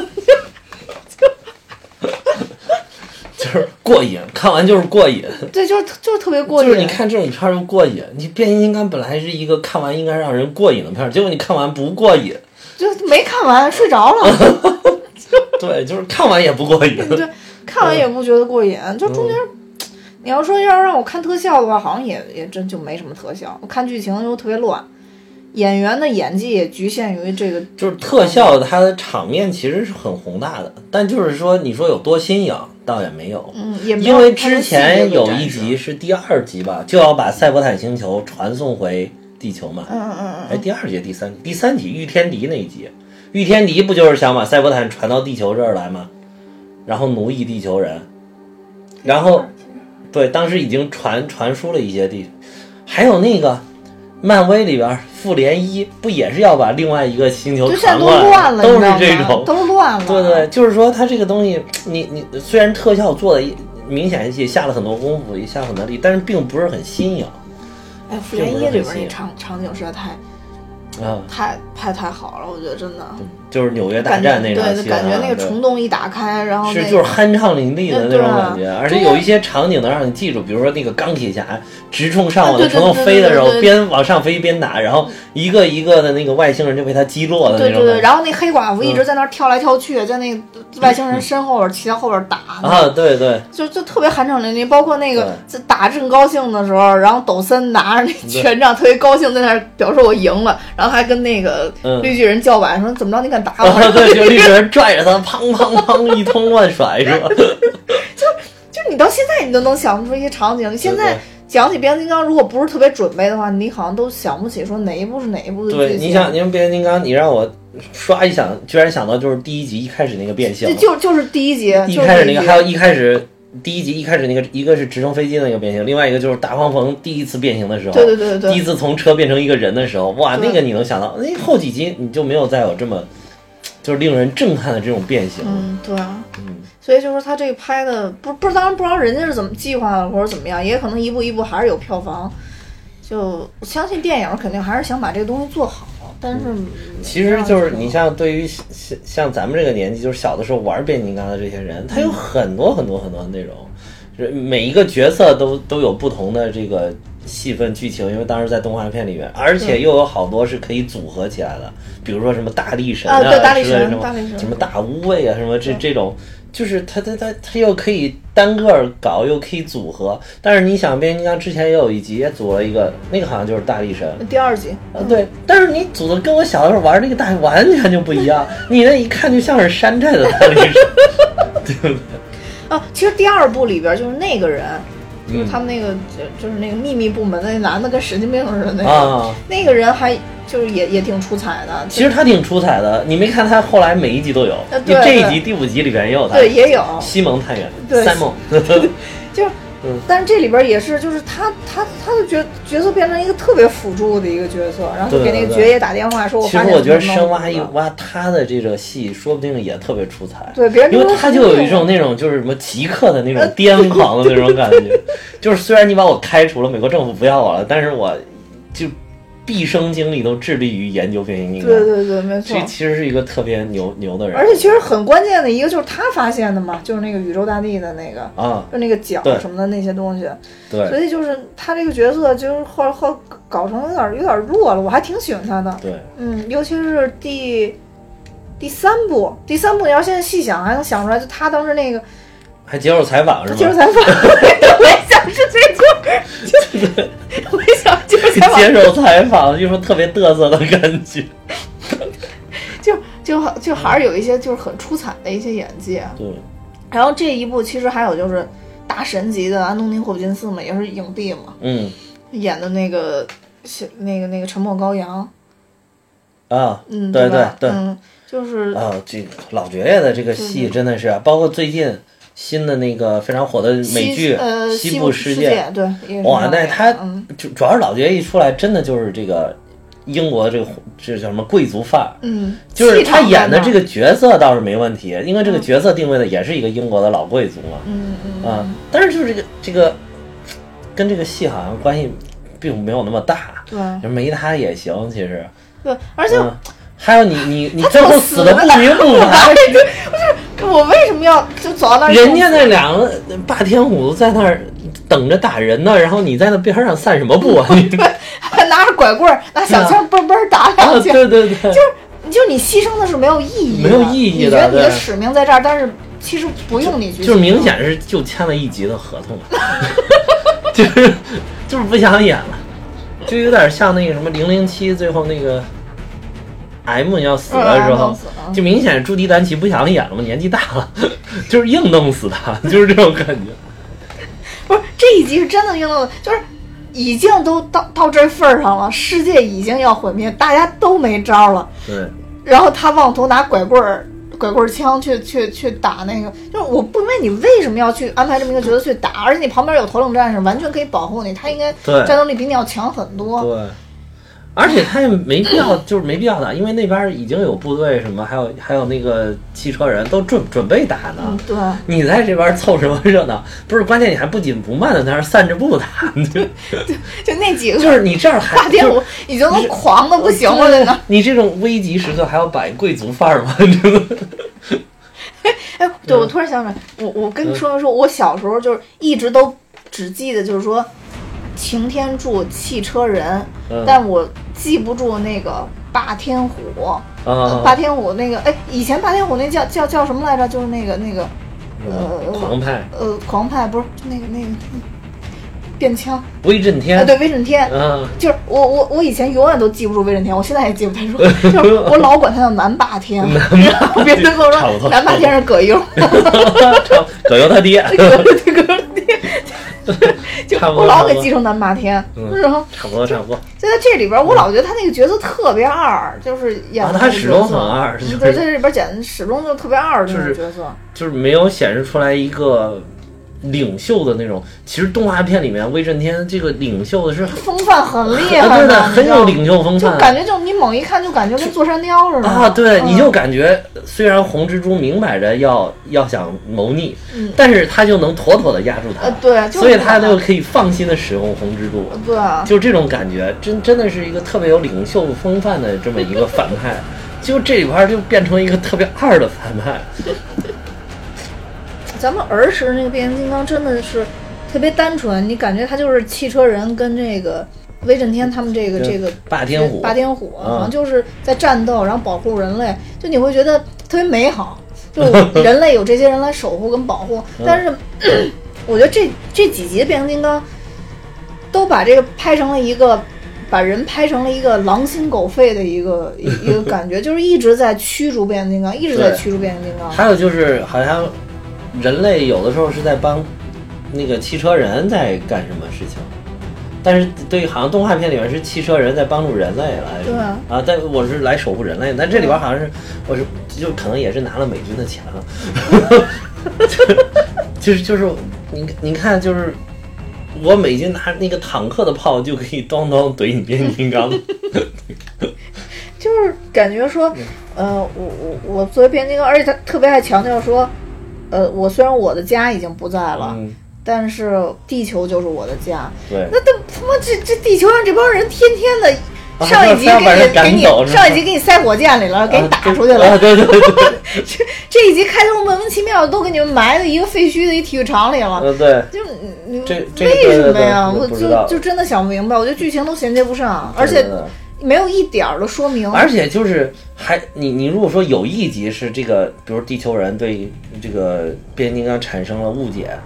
就是过瘾，看完就是过瘾。 对，就是就是特别过瘾。 就是你看这种片儿就过瘾。你变形金刚本来是一个看完应该让人过瘾的片儿，结果你看完不过瘾， 就没看完睡着了。 对，就是看完也不过瘾。 对，看完也不觉得过瘾。就中间，嗯、你要说要让我看特效的话，好像也也真就没什么特效。我看剧情又特别乱。演员的演技也局限于这个， 就是特效，它的场面其实是很宏大的，但就是说，你说有多新颖，倒也没有。 嗯，也没有。 因为之前有一集是第二集吧，就要把赛博坦星球传送回地球嘛。 嗯嗯嗯嗯。 哎，第二集、第三第三集御天敌那一集，御天敌不就是想把赛博坦传到地球这儿来吗？然后奴役地球人，然后对，当时已经传传输了一些地，还有那个。漫威里边复联一不也是要把另外一个星球传过来， 都乱了， 都是这种， 都乱了。 对对，就是说它这个东西，你你虽然特效做的明显也下了很多功夫，也下了很多力，但是并不是很新颖。 哎，复联一里边那场场景实在太， 啊， 太拍太好了，我觉得真的。 就是纽约大战那场戏， 对，感觉那个虫洞一打开，然后、那个、 是就是酣畅淋漓的那种感觉，而且有一些场景能让你记住，比如说那个钢铁侠直冲上往的虫洞飞的时候，边往上飞边打，然后一个一个的那个外星人就被他击落的那种。 对对对，然后那黑寡妇一直在那跳来跳去，嗯、在那个外星人身后边骑到后边打啊，对对， 就就特别酣畅淋漓。包括那个在打正高兴的时候，然后抖森拿着那权杖特别高兴，在那表示我赢了，然后还跟那个绿巨人叫板说：“怎么着，你敢打我？” 啊，对。就绿巨人拽着他，砰砰砰一通乱甩，是吧？ 就就你到现在你都能想出一些场景。现在讲起变形金刚，如果不是特别准备的话，你好像都想不起说哪一部是哪一部的剧情。 对，你想，你说变形金刚，你让我刷一想，居然想到就是第一集一开始那个变形， 就就是第一集， 一开始那个，还有一开始。第一集一开始那个，一个是直升飞机的那个变形，另外一个就是大黄蜂第一次变形的时候， 对对对对， 第一次从车变成一个人的时候，哇，那个你能想到，那后几集你就没有再有这么就是令人震撼的这种变形。 嗯，对啊， 嗯， 所以就是他这个拍的不不，当然不知道人家是怎么计划的或者怎么样，也可能一步一步还是有票房。就我相信电影肯定还是想把这个东西做好。但是、嗯、 其实就是你像对于像像咱们这个年纪，就是小的时候玩变形金刚的这些人，他有很多很多很多的内容，就是每一个角色都都有不同的这个戏份剧情，因为当时在动画片里面，而且又有好多是可以组合起来的，比如说什么大力神啊， 啊对大力神， 什么大力神什么大无畏啊，什么这这种。就是他他他他又可以单个搞，又可以组合。但是你想，变形金刚之前也有一集也组了一个，那个好像就是大力神， 第二集。 呃，对。但是你组的跟我小的时候玩那个大完全就不一样，你那一看就像是山寨的大力神，对不对？ 啊，其实第二部里边就是那个人。就是他们那个、嗯、就是那个秘密部门的那男的跟神经病似的那个、 啊、 那个人还就是也也挺出彩的。 其实他挺出彩的，你没看他后来每一集都有， 呃、 你这一集第五集里边也有他， 对，也有西蒙探员， 对， 三蒙， 就是。嗯、但是这里边也是，就是他他他的角角色变成一个特别辅助的一个角色，然后就给那个爵爷打电话说：“我发现。” 其实我觉得深挖一挖他的这个戏，说不定也特别出彩。 对，别人因为他就有一种那种就是什么极客的那种癫狂的那种感觉，就是虽然你把我开除了，美国政府不要我了，但是我就。毕生精力都致力于研究变形金刚， 对对对，没错。 这其实是一个特别牛牛的人， 而且其实很关键的一个就是他发现的嘛，就是那个宇宙大帝的那个啊， 就那个角什么的那些东西。 对， 所以就是他这个角色就是后后搞成有点有点弱了，我还挺喜欢他的。 对， 嗯，尤其是第第三部，第三部你要现在细想还能想出来，就他当时那个。 还接受采访是吧？ 接受采访，我也想是这个，就是我也想接受采访。 接受采访，就是特别嘚瑟的感觉， 就就就还是有一些就是很出彩的一些演技。 对。 然后这一部其实还有就是大神级的安东尼·霍普金斯嘛，也是影帝嘛， 嗯， 演的那个那个那个沉默羔羊。 啊， 嗯， 对对对， 嗯，就是啊，这个老爵爷的这个戏真的是，包括最近新的那个非常火的美剧《 呃西部世界》， 对， 哇，那他嗯、 主主要是老爵爷一出来，真的就是这个英国这个这叫什么贵族范儿， 嗯， 就是他演的这个角色倒是没问题，因为这个角色定位的也是一个英国的老贵族嘛， 嗯嗯啊，但是就是这个这个跟这个戏好像关系并没有那么大， 对， 没他也行，其实， 对，而且、 嗯、还有你你你最后死的不明不白， 不是我为什么要就走到那儿？ 人家那两个霸天虎在那儿等着打人呢，然后你在那边上散什么步啊？ 对，还拿着拐棍拿小枪嘣嘣打两下、 啊，对对对， 就是就你牺牲的是没有意义的，没有意义的， 你觉得你的使命在这儿，但是其实不用你去， 就是明显是就签了一集的合同，就是就是不想演了，就有点像那个什么零零七最后那个 M 要死的时候， 嗯、 就明显朱迪丹奇不想演了嘛，年纪大了，就是硬弄死他，就是这种感觉。 不是这一集是真的硬弄，就是已经都到到这份儿上了，世界已经要毁灭，大家都没招了。 对。 然后他妄图拿拐棍儿、拐棍儿枪去去去打那个，就是我不明白你为什么要去安排这么一个角色去打，而且你旁边有头领战士，完全可以保护你，他应该战斗力比你要强很多。 对。而且他也没必要，就是没必要打，因为那边已经有部队什么，还有还有那个汽车人都准准备打呢。 嗯，对。 你在这边凑什么热闹？不是，关键你还不紧不慢的在那散着步打。就就那几个， 就是你这儿还霸天虎已经都狂的不行了，真的。 你这种危急时刻还要摆贵族范儿吗？真的。 哎，对，我突然想起来，我我跟你说明说，我小时候就是一直都只记得就是说。擎天柱、汽车人、嗯，但我记不住那个霸天虎。 啊， 霸天虎那个，哎，以前霸天虎那叫叫叫什么来着？就是那个那个，呃， 狂派。 呃，狂派不是那个那个变枪。 威震天。 啊，对，威震天。 嗯， 就是我我我以前永远都记不住威震天，我现在也记不太住。就是我老管他叫南霸天。 南霸。别人跟我说南霸天是葛优。 葛优他爹。 葛优他爹。就我老给记成南霸天， 嗯， 然后差不多差不多。 就在这里边，我老觉得他那个角色特别二，就是演的、 啊、他始终很二，就是、 对，在这里边演始终就特别二的那种角色， 就是没有显示出来一个领袖的那种。其实动画片里面威震天这个领袖的是风范很厉害的， 啊、对的，很有领袖风范， 就感觉就你猛一看就感觉跟座山雕似的啊！对， 嗯、 你就感觉虽然红蜘蛛明摆着要要想谋逆， 嗯， 但是他就能妥妥的压住他， 呃、对， 所以他就可以放心的使用红蜘蛛， 对， 就这种感觉，真真的是一个特别有领袖风范的这么一个反派，就这里边就变成一个特别二的反派。 咱们儿时那个变形金刚真的是特别单纯，你感觉他就是汽车人跟这个威震天他们这个这个霸天虎， 霸天虎好像、 嗯、就是在战斗，然后保护人类，就你会觉得特别美好，就人类有这些人来守护跟保护。但是、嗯、我觉得这这几集的变形金刚都把这个拍成了一个。把人拍成了一个狼心狗肺的一个一个感觉，就是一直在驱逐变形金刚，一直在驱逐变形金刚。 还有就是好像人类有的时候是在帮那个汽车人在干什么事情，但是对，好像动画片里面是汽车人在帮助人类来， 对啊， 啊，但我是来守护人类，但这里边好像是我是就可能也是拿了美军的钱了，就是就是你你看就是。我美军拿那个坦克的炮就可以咣咣怼你变形金刚， 就是感觉说，呃，我我我作为变形金刚，而且他特别爱强调说，呃，我虽然我的家已经不在了， 嗯、 但是地球就是我的家。 对， 那他他妈这这地球上这帮人天天的。上一集给你给你上一集给你塞火箭里了，给你打出去了。 啊、对对对对这这一集开头莫名其妙的都给你们埋在一个废墟的一体育场里了。 呃，对， 就你这为什么呀？ 我就就真的想不明白，我觉得剧情都衔接不上，而且没有一点儿的说明。 而且就是还你你如果说有一集是这个，比如地球人对这个变形金刚产生了误解。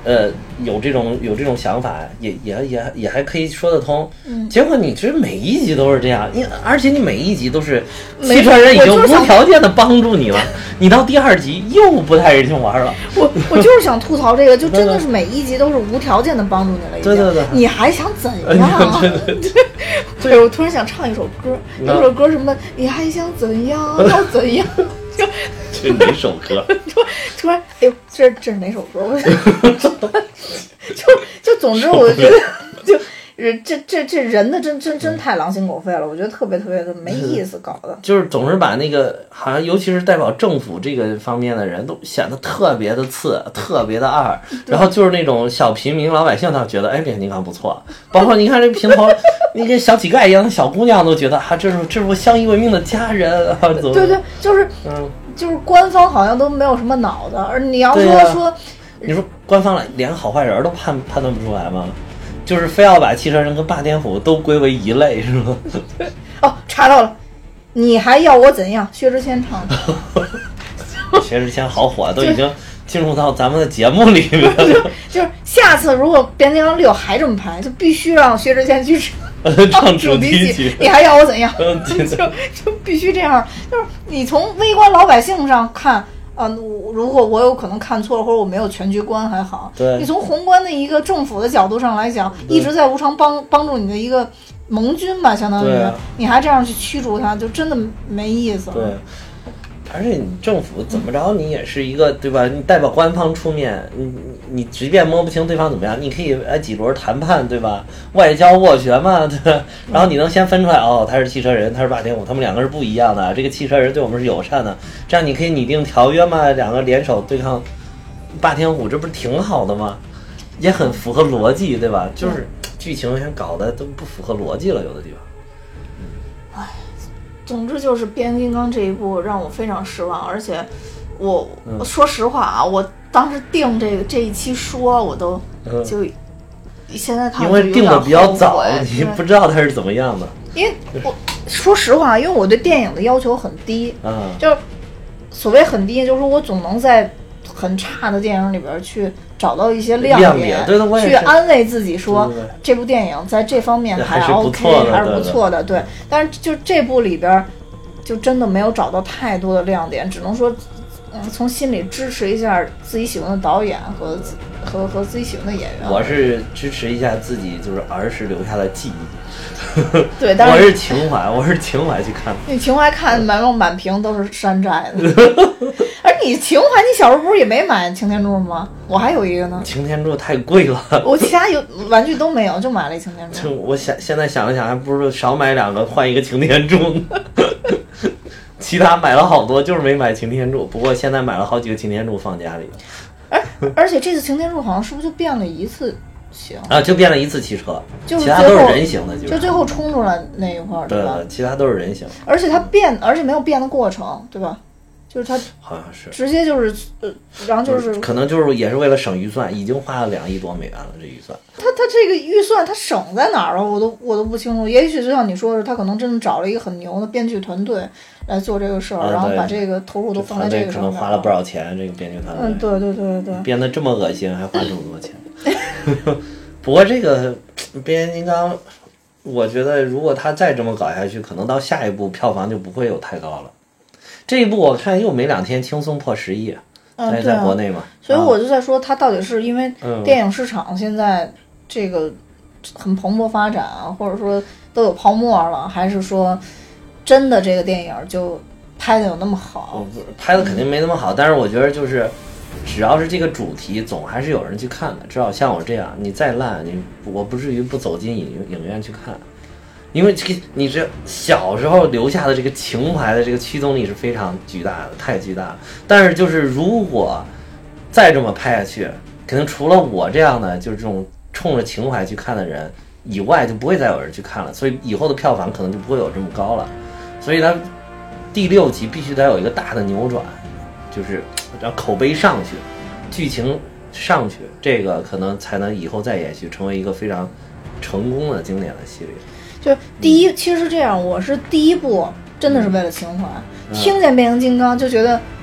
呃，有这种有这种想法，也也也也还可以说得通。 嗯， 结果你这每一集都是这样，你而且你每一集都是汽车人已经无条件的帮助你了，你到第二集又不带人性玩了。 我我就是想吐槽这个，就真的是每一集都是无条件的帮助你了，已经。 对对对， 你还想怎样啊？ 对对对， 对，我突然想唱一首歌，那首歌什么的，你还想怎样？要怎样？就这哪首歌？ 突然，哎呦，这这是哪首歌？我就就总之，我就觉得，就这这这人的真真真太狼心狗肺了，我觉得特别特别的没意思，搞的。 就是总是把那个好像，尤其是代表政府这个方面的人都显得特别的次，特别的二。然后就是那种小平民老百姓，他觉得哎，变形金刚不错。包括你看这平头，你跟小乞丐一样的小姑娘都觉得啊，这是这是我相依为命的家人啊。 对对，就是嗯。就是官方好像都没有什么脑子，而你要说、啊、说， 你说官方连好坏人都判判断不出来吗？就是非要把汽车人跟霸天虎都归为一类，是吗？ 哦，查到了，你还要我怎样？薛之谦唱的。 薛之谦好火，都已经进入到咱们的节目里面了。 就就是下次如果变形金刚六还这么拍，就必须让薛之谦去唱主题曲， 你还要我怎样？就就必须这样。就是你从微观老百姓上看啊、呃，如果我有可能看错了，或者我没有全局观还好。 对。 你从宏观的一个政府的角度上来讲，一直在无偿帮帮助你的一个盟军吧，相当于、啊、你还这样去驱逐他，就真的没意思了。 对。而且你政府怎么着，你也是一个对吧？你代表官方出面，你你即便摸不清对方怎么样，你可以来几轮谈判，对吧？外交斡旋嘛，对吧？然后你能先分出来，哦，他是汽车人，他是霸天虎，他们两个是不一样的。这个汽车人对我们是友善的，这样你可以拟定条约嘛，两个联手对抗霸天虎，这不是挺好的吗？也很符合逻辑，对吧？就是剧情先搞得都不符合逻辑了，有的地方。 唉。总之就是变形金刚这一部让我非常失望，而且我、嗯、说实话啊，我当时定这个这一期说我都就、嗯、现在看因为定的比较早，你不知道它是怎么样的。 因为我说实话，因为我对电影的要求很低， 嗯， 就是所谓很低，就是我总能在很差的电影里边去找到一些亮点， 亮点对对， 去安慰自己说对对对这部电影在这方面还 OK， 还是不错的。对，但是就这部里边，就真的没有找到太多的亮点，只能说，嗯，从心里支持一下自己喜欢的导演和和和自己喜欢的演员。 我是支持一下自己就是儿时留下的记忆。 对，但是我是情怀，我是情怀去看的。 你情怀看满满满屏都是山寨的。而你情怀，你小时候不是也没买擎天柱吗？我还有一个呢。 擎天柱太贵了， 我其他有玩具都没有，就买了一擎天柱。 我想现在想了想，还不如少买两个换一个擎天柱呢。其他买了好多，就是没买擎天柱。不过现在买了好几个擎天柱放家里。 而而且这次擎天柱好像是不是就变了一次形啊？就变了一次汽车， 就是其他都是人形的， 就最后冲出来那一块， 对吧？ 其他都是人形。 而且它变，而且没有变的过程，对吧？就是它好像是直接就是呃，然后就是可能就是也是为了省预算，已经花了两亿多美元了，这预算。 它它这个预算它省在哪儿了？我都我都不清楚。也许就像你说的，他可能真的找了一个很牛的编剧团队来做这个事儿、 啊， 然后把这个投入都放在这个上面。 可能花了不少钱，这个编剧团队。 嗯，对对对对对。 编得这么恶心，还花这么多钱。不过这个变形金刚，我觉得如果他再这么搞下去，可能到下一部票房就不会有太高了。这一部我看又没两天轻松破十亿， 嗯， 在在国内嘛， 所以我就在说，它到底是因为电影市场现在这个很蓬勃发展啊，或者说都有泡沫了，还是说真的这个电影就拍的有那么好？ 拍的肯定没那么好，但是我觉得就是只要是这个主题，总还是有人去看的。至少像我这样，你再烂，你我不至于不走进影影院去看。因为这个你这小时候留下的这个情怀的这个驱动力是非常巨大的，太巨大了。但是就是如果再这么拍下去，可能除了我这样的就是这种冲着情怀去看的人以外，就不会再有人去看了。所以以后的票房可能就不会有这么高了。所以它第六集必须得有一个大的扭转，就是让口碑上去，剧情上去，这个可能才能以后再延续，成为一个非常成功的经典的系列。 就第一，其实是这样，我是第一部真的是为了情怀，嗯、听见变形金刚就觉得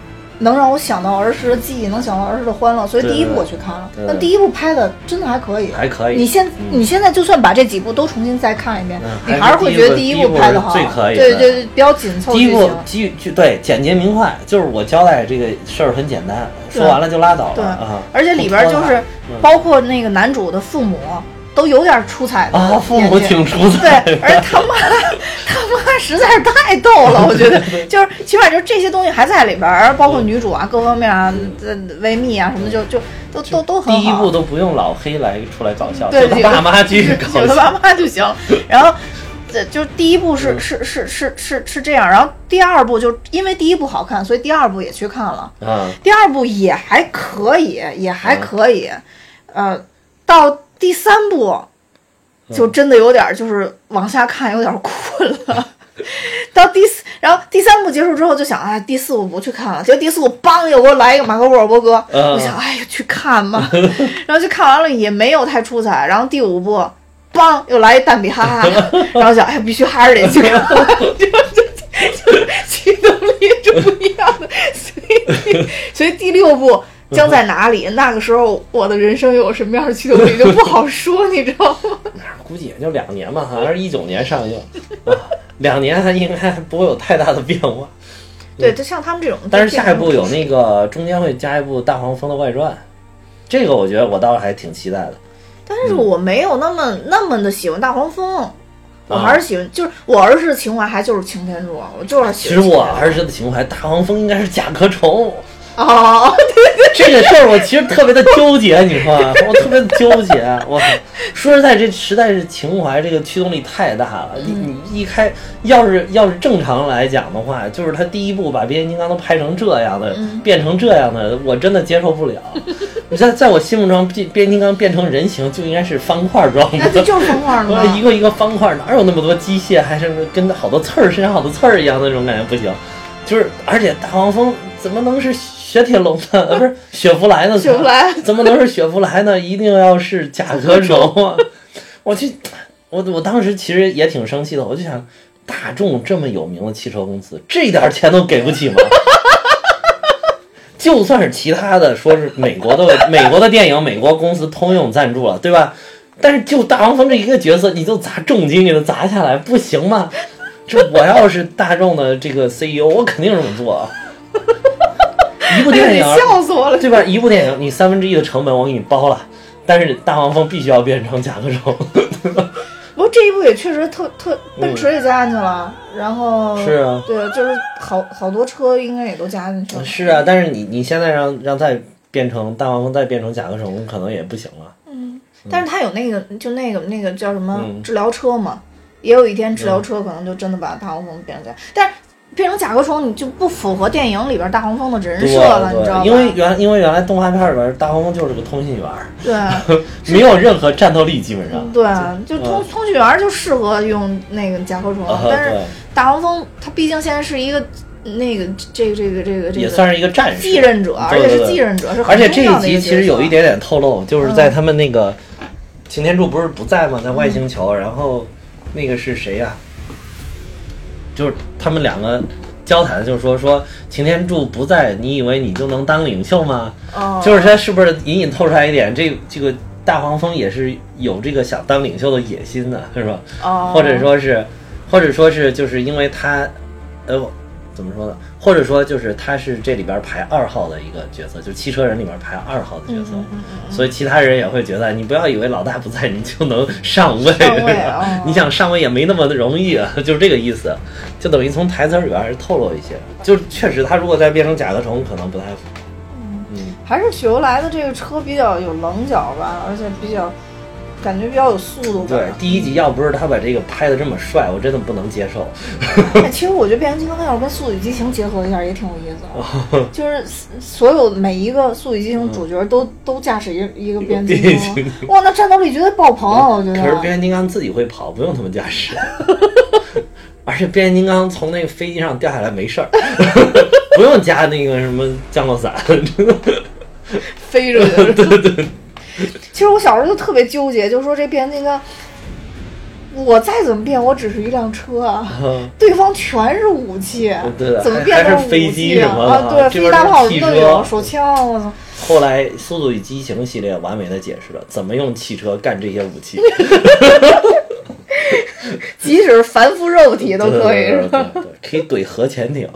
能让我想到儿时的记忆，能想到儿时的欢乐，所以第一部我去看了。那第一部拍的真的还可以， 还可以。 你现、嗯、你现在就算把这几部都重新再看一遍， 嗯、 你还是会觉得第一部拍的好， 最可以。 对对，比较紧凑。 第一部基对简洁明快，就是我交代这个事儿很简单，说完了就拉倒了。 对啊， 而且里边就是包括那个男主的父母。都有点出彩的啊，父母挺出彩， 对，而且他妈他妈实在是太逗了，我觉得就是起码就这些东西还在里边，包括女主啊，各方面啊，维密啊什么的，就就都都都很好。 第一部都不用老黑来出来搞笑，对，就他爸妈继续搞笑， 有他爸妈就行。然后，就第一部是、嗯、是是是是是这样，然后第二部就因为第一部好看，所以第二部也去看了。 啊， 第二部也还可以，也还可以，嗯、呃，到。第三部就真的有点就是往下看有点困了，到第四，然后第三部结束之后就想，哎，第四部不去看了，结果第四部梆又给我来一个马克沃尔伯格， 嗯、 我想，哎呀，去看吧，然后去看完了也没有太出彩，然后第五部梆又来一蛋比哈哈，然后想，哎，必须还是得去看，就就就驱动力是不一样的，所以所以第六部。将在哪里？那个时候我的人生有什么样的驱动力就不好说，你知道吗？ 估计也就两年吧，好像是一九年上映，啊、两年还应该不会有太大的变化。 对，就像他们这种， 但是下一部有那个中间会加一部《大黄蜂的外传》，这个我觉得我倒还挺期待的。 但是我没有那么、嗯、那么的喜欢大黄蜂。我还是喜欢，就是我儿时的情怀还就是擎天柱，我就是喜欢。 其实我儿时的情怀，大黄蜂应该是甲壳虫。 哦，对对， 这个事儿我其实特别的纠结，你说吧，我特别的纠结。我说实在，这实在是情怀，这个驱动力太大了。你你一开，要是要是正常来讲的话，就是他第一部把变形金刚都拍成这样的， 嗯、 变成这样的，我真的接受不了。你在在我心目中，变变形金刚变成人形就应该是方块状的， 那就是方块的， 一个一个方块，哪有那么多机械，还是跟好多刺儿身上好多刺儿一样的那种感觉不行。就是而且大黄蜂怎么能是雪铁龙呢？呃，不是雪佛兰呢？ 雪佛兰怎么能是雪佛兰呢？一定要是甲壳虫啊！我去，我我当时其实也挺生气的，我就想，大众这么有名的汽车公司，这点钱都给不起吗？就算是其他的，说是美国的美国的电影，美国公司通用赞助了，对吧？但是就大黄蜂这一个角色，你就砸重金给他砸下来，不行吗？这我要是大众的这个 C E O， 我肯定这么做啊！一部电影， 笑死我了， 对吧？一部电影，你三分之一的成本我给你包了，但是大黄蜂必须要变成甲壳虫。 不过这一部也确实特特，奔驰也加进去了，嗯、然后是啊， 对，就是好好多车应该也都加进去了。 是啊，但是你你现在让让再变成大黄蜂，再变成甲壳虫，可能也不行了。 嗯，但是它有那个，就那个那个叫什么治疗车嘛。嗯，也有一天治疗车可能就真的把大黄蜂变成这样，嗯、但是变成甲壳虫你就不符合电影里边大黄蜂的人设了，你知道吗？ 因为原因为原来动画片里边大黄蜂就是个通信员， 对， 没有任何战斗力，基本上。 对，就通、嗯、通讯员就适合用那个甲壳虫， 啊、 但是大黄蜂它毕竟现在是一个那个这个这个这个这个也算是一个战士继任者，而且是继任者，是而且这一集其实有一点点透露，就是在他们那个擎天柱不是不在吗？在外星球，嗯、然后。那个是谁呀、啊？就是他们两个交谈，就是说说擎天柱不在，你以为你就能当领袖吗？ 哦， 就是他是不是隐隐透出来一点，这这个大黄蜂也是有这个想当领袖的野心的，是吧？ 哦， 或者说是，或者说是，就是因为他，呃。怎么说呢？或者说就是他是这里边排二号的一个角色，就是汽车人里面排二号的角色， 嗯嗯嗯、 所以其他人也会觉得，你不要以为老大不在你就能上位， 上位哦、 你想上位也没那么容易啊，就是这个意思。就等于从台词里边还是透露一些，就是确实他如果再变成甲壳虫，可能不太符。 嗯嗯，还是雪佛兰的这个车比较有棱角吧，而且比较。感觉比较有速度感。 对，第一集要不是他把这个拍的这么帅，我真的不能接受。 其实我觉得变形金刚要是跟速度与激情结合一下也挺有意思的，就是所有每一个速度与激情主角都、嗯、都驾驶一一个变形金刚，哇，那战斗力绝对爆棚啊！我觉得。 可是变形金刚自己会跑，不用他们驾驶。而且变形金刚从那个飞机上掉下来没事儿，不用加那个什么降落伞， 飞着去。 对对。 其实我小时候就特别纠结，就是说这变形金刚， 我再怎么变，我只是一辆车啊， 嗯、 对方全是武器， 对怎么变成飞机什么的啊？对，飞机大炮什么都有，手枪，我操！ 后来《速度与激情》系列完美的解释了怎么用汽车干这些武器， 即使凡夫肉体都可以， 是吧？对对对，可以怼核潜艇。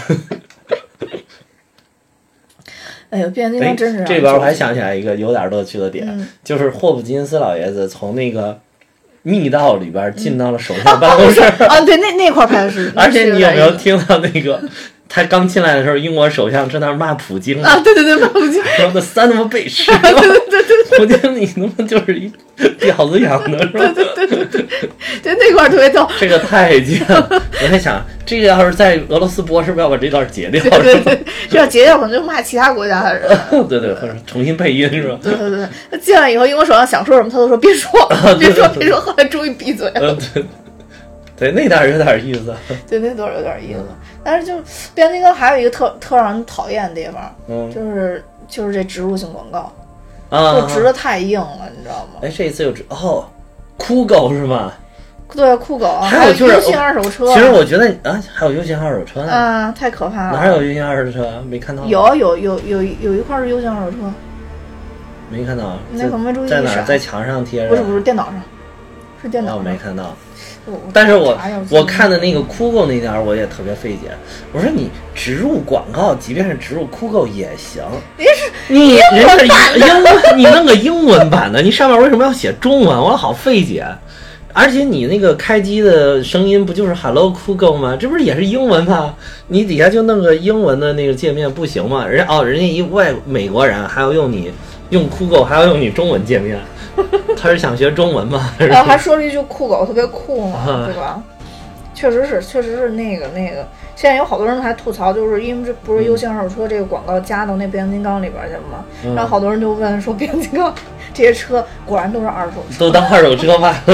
哎呦，变形金刚真是！ 这边我还想起来一个有点乐趣的点， 嗯、 就是霍普金斯老爷子从那个密道里边进到了首相办公室。 嗯、啊，对，那那块拍的是。 而且你有没有听到那个？他刚进来的时候，英国首相正在那骂普京啊！对对对，骂普京， 说的三他妈背吃， 对对对对， 普京你他妈就是一婊子养的，是吧？ 对对对对对，对那块特别逗。 这个太贱了！我在想，这个要是在俄罗斯播，是不是要把这段截掉？ 对对对，这要截掉可能就骂其他国家的人。 对对，或者重新配音是吧？ 对对对，他进来以后，英国首相想说什么，他都说别说，别说，别说，后来终于闭嘴了。 嗯，对。对，那点有点意思。 对，那段有点意思。嗯、但是就变形金刚还有一个特特让人讨厌的地方， 嗯， 就是就是这植入性广告， 啊， 就植的太硬了，你知道吗？ 哎，这一次又植哦，酷狗是吗？ 对，酷狗， 还有就是优信二手车。 其实我觉得啊，还有优信二手车呢。 啊，太可怕了！ 哪有优信二手车？没看到。 有有有有有一块是优信二手车， 没看到。 那可能没注意。 在哪？在墙上贴着？ 不是不是，电脑上，是电脑上。 哦，没看到。但是我我看的那个酷狗那点我也特别费解。我说你植入广告，即便是植入酷狗也行。 你是你人家英文，你弄个英文版的，你上面为什么要写中文？我好费解。而且你那个开机的声音不就是 Hello 酷狗吗？这不是也是英文吗？你底下就弄个英文的那个界面不行吗？人哦，人家一外美国人还要用你用酷狗，还要用你中文界面。他是想学中文吗？ 然后还说了一句酷狗特别酷嘛，对吧？确实是，确实是那个那个。现在有好多人还吐槽，就是因为这不是优信二手车这个广告加到那变形金刚里边去了吗？嗯、然后好多人就问说，变形金刚这些车果然都是二手车， 都当二手车卖了。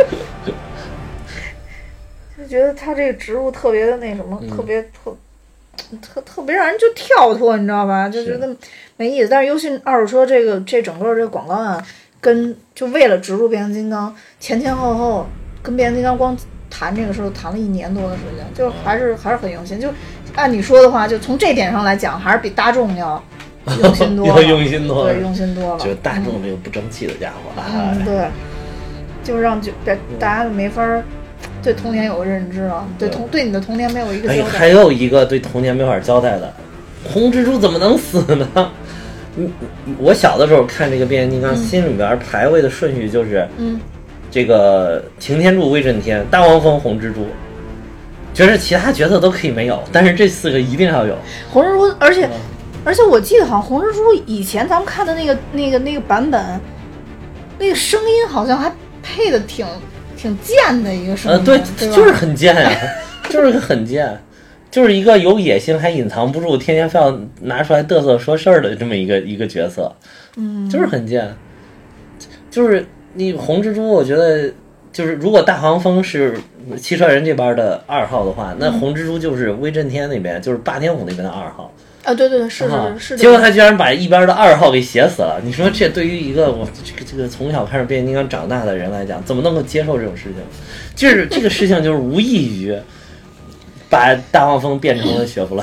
就觉得他这个植入特别的那什么，嗯、特别特特特别让人就跳脱，你知道吧？就觉得没意思。但是优信二手车这个这整个这个广告啊。跟就为了植入变形金刚，前前后后跟变形金刚光谈这个时候谈了一年多的时间，就还是还是很用心。就按你说的话，就从这点上来讲，还是比大众要用心多了， 要用心多了， 对，用心多了。 就大众这个不争气的家伙， 嗯，对，就让就大家没法对童年有个认知啊，对童对你的童年没有一个交代。 哎，还有一个对童年没法交代的，红蜘蛛怎么能死呢？嗯，我小的时候看这个变形金刚，嗯、心里边排位的顺序就是， 嗯， 这个擎天柱、威震天、大黄蜂、红蜘蛛，觉得其他角色都可以没有，但是这四个一定要有。 红蜘蛛，而且、嗯、而且我记得好像红蜘蛛以前咱们看的那个那个那个版本，那个声音好像还配的挺挺贱的一个声音。 呃，对， 对就是很贱呀、啊，就是很贱。就是一个有野心还隐藏不住，天天非要拿出来嘚瑟说事儿的这么一个一个角色， 嗯， 就是很贱。就是你红蜘蛛，我觉得就是如果大黄蜂是汽车人这边的二号的话，那红蜘蛛就是威震天那边，就是霸天虎那边的二号。 啊，对对对，是是是。 结果他居然把一边的二号给写死了。你说这对于一个我这个这个从小看着变形金刚长大的人来讲，怎么能够接受这种事情？就是这个事情就是无异于。把大黄蜂变成了雪佛兰，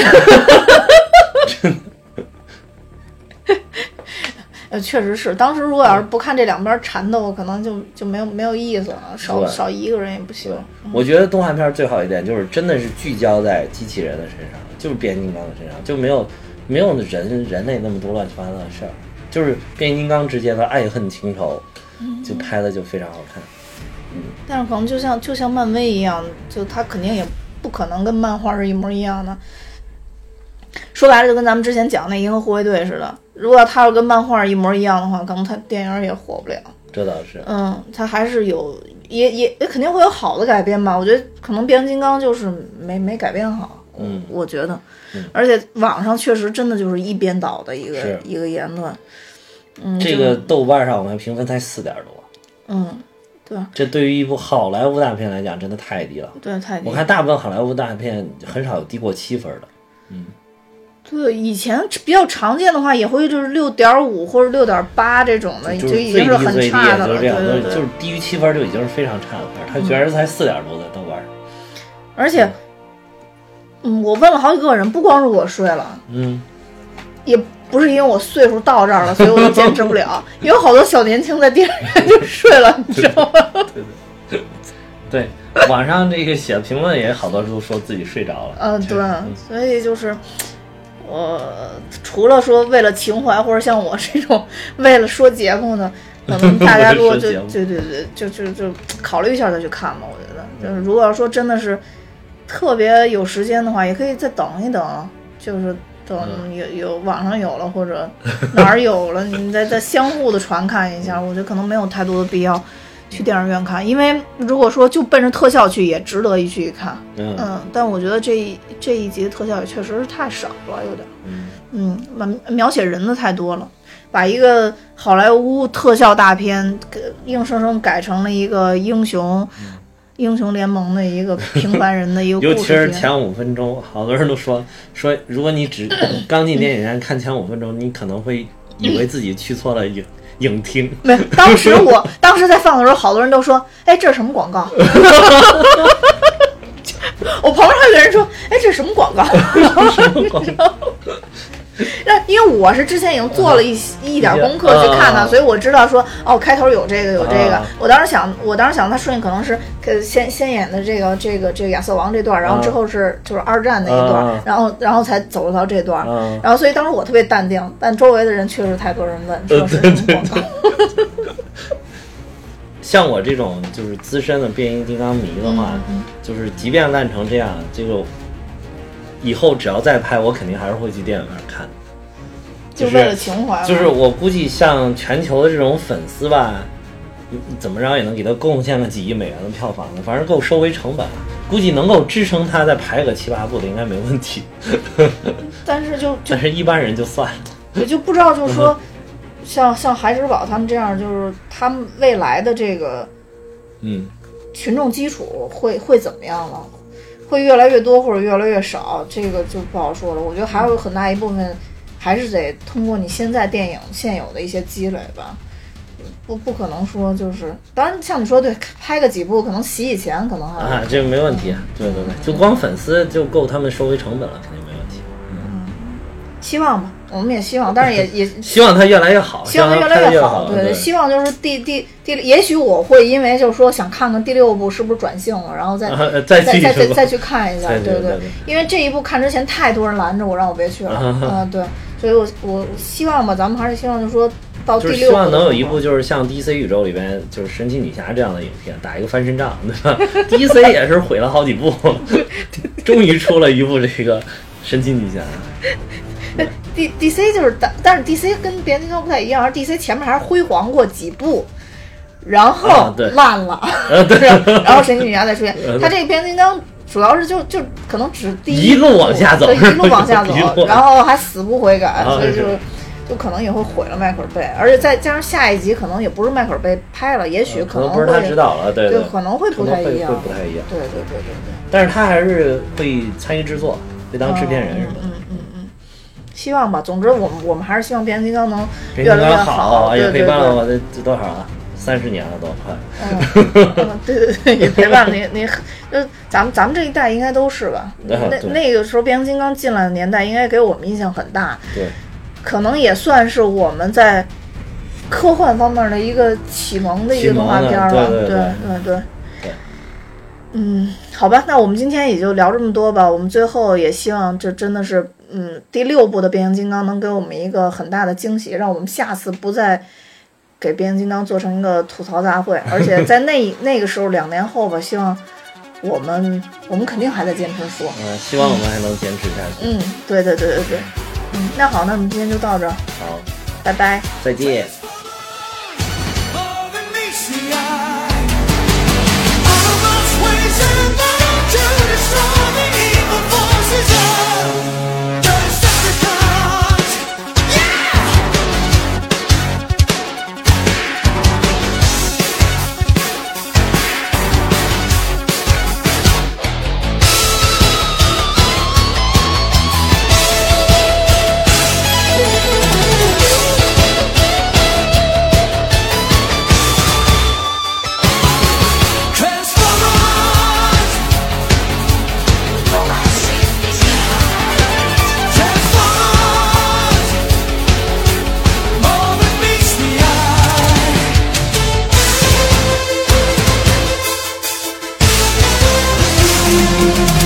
真的，呃，确实是。当时如果要是不看这两边缠斗，可能就就没有没有意思了，少少一个人也不行。 嗯、我觉得动画片最好一点就是真的是聚焦在机器人的身上，就是变形金刚的身上，就没有没有人人类那么多乱七八糟的事儿，就是变形金刚之间的爱恨情仇，就拍的就非常好看。 嗯，但是可能就像就像漫威一样，就它肯定也。不可能跟漫画是一模一样的，说白了就跟咱们之前讲那银河护卫队似的，如果他要跟漫画一模一样的话，可能他电影也火不了。 这倒是， 嗯，他还是有也也也肯定会有好的改编吧。我觉得可能变形金刚就是没没改编好， 嗯， 我觉得， 嗯、 而且网上确实真的就是一边倒的一个一个言论。嗯， 这个豆瓣上我们评分才四点多。 嗯。对， 这对于一部好莱坞大片来讲，真的太低了。 对，太低了。 我看大部分好莱坞大片很少有低过七分的。嗯， 对，以前比较常见的话，也会就是六点五或者六点八这种的， 就已经是很差的了。 就是这样， 对对对， 就是低于七分就已经是非常差的分，他居然才四点多的豆瓣。 而且，嗯，我问了好几个人，不光是我睡了， 嗯， 也不是因为我岁数到这儿了，所以我就坚持不了，有好多小年轻在电影院就睡了，你知道吗？ 对对对，网上这个写评论也好多都说自己睡着了。 嗯，对，所以就是。我除了说为了情怀，或者像我这种为了说节目呢，可能大家如果就对对对，就就就考虑一下再去看吧。我觉得，就是如果要说真的是特别有时间的话，也可以再等一等，就是等有有网上有了或者哪儿有了，你再再相互的传看一下。我觉得可能没有太多的必要去电影院看，因为如果说就奔着特效去，也值得一去一看。 嗯， 嗯，但我觉得这一这一集的特效也确实是太少了，有点。嗯，嗯，描写人的太多了，把一个好莱坞特效大片硬生生改成了一个英雄、嗯、英雄联盟的一个平凡人的一个故事。 尤其是前五分钟，好多人都说说，如果你只刚进电影院看前五分钟，你可能会以为自己去错了影。影厅没，当时我当时在放的时候，好多人都说：“哎，这是什么广告？”我旁边还有人说：“哎，这是什么广告？”什么广告？那因为我是之前已经做了一、uh, 一点功课去看的， uh, 所以我知道说哦，开头有这个有这个。Uh, 我当时想，我当时想他顺序可能是先先演的这个这个这个亚瑟王这段，然后之后是就是二战那一段， uh, 然后然后才走到这段， uh, 然后所以当时我特别淡定，但周围的人确实太多人问说是什么广告。 像我这种就是资深的变形金刚迷的话， 嗯、 就是即便烂成这样，这个以后只要再拍，我肯定还是会去电影院看。 就为了情怀。 就是我估计像全球的这种粉丝吧，怎么着也能给他贡献了几亿美元的票房呢，反正够收回成本，估计能够支撑他再拍个七八部的应该没问题。 但是就但是一般人就算了， 我就不知道，就是说。像像孩之宝他们这样，就是他们未来的这个， 嗯， 群众基础会会怎么样了？会越来越多或者越来越少？这个就不好说了。我觉得还有很大一部分还是得通过你现在电影现有的一些积累吧。不不可能说就是，当然像你说对，拍个几部可能洗以前可能还啊，这没问题。对对对，就光粉丝就够他们收回成本了，肯定没问题。 嗯，希望吧。我们也希望，但是也也希望它越来越好， 希望它越来越好。对， 对， 希望就是第第第，也许我会因为就是说想看看第六部是不是转性了，然后再、 啊、再再再再再去看一下，对对, 对, 对, 对。 因为这一部看之前太多人拦着我，让我别去了。啊、呃，对，所以我我希望吧，咱们还是希望就是说到第六部， 就是希望能有一部就是像 D C 宇宙里边就是神奇女侠这样的影片，打一个翻身仗，对吧？D C 也是毁了好几部，终于出了一部这个神奇女侠。 D D C 就是，但是 D C 跟变形金刚不太一样，而 D C 前面还是辉煌过几部，然后烂了， 啊、 然后神奇女侠再出现。他这个变形金刚主要是就就可能只第一一路往下走， 对，一路往下走，然后还死不悔改， 啊、 所以就就可能也会毁了迈克尔贝，而且再加上下一集可能也不是迈克尔贝拍了，也许可能不是他指导了，对对，可能会不太一样， 会不太一样， 对对对对对。 但是他还是会参与制作，会当制片人什么的。 嗯嗯嗯。希望吧，总之我们我们还是希望变形金刚能越来越好， 也陪伴了我的多少啊，三十年了都快。 嗯，嗯对对对，也陪伴了你你，就咱们咱们这一代应该都是吧？那那个时候变形金刚进来的年代，应该给我们印象很大。 对， 可能也算是我们在科幻方面的一个启蒙的一个动画片了。 对对对对对对。嗯，好吧，那我们今天也就聊这么多吧。我们最后也希望这真的是，嗯，第六部的变形金刚能给我们一个很大的惊喜，让我们下次不再给变形金刚做成一个吐槽大会。而且在那那个时候，两年后吧，希望我们我们肯定还在坚持说， 嗯，希望我们还能坚持下去。 嗯，对对对对对，嗯，那好，那我们今天就到这儿， 好， 拜拜， 再见。 拜。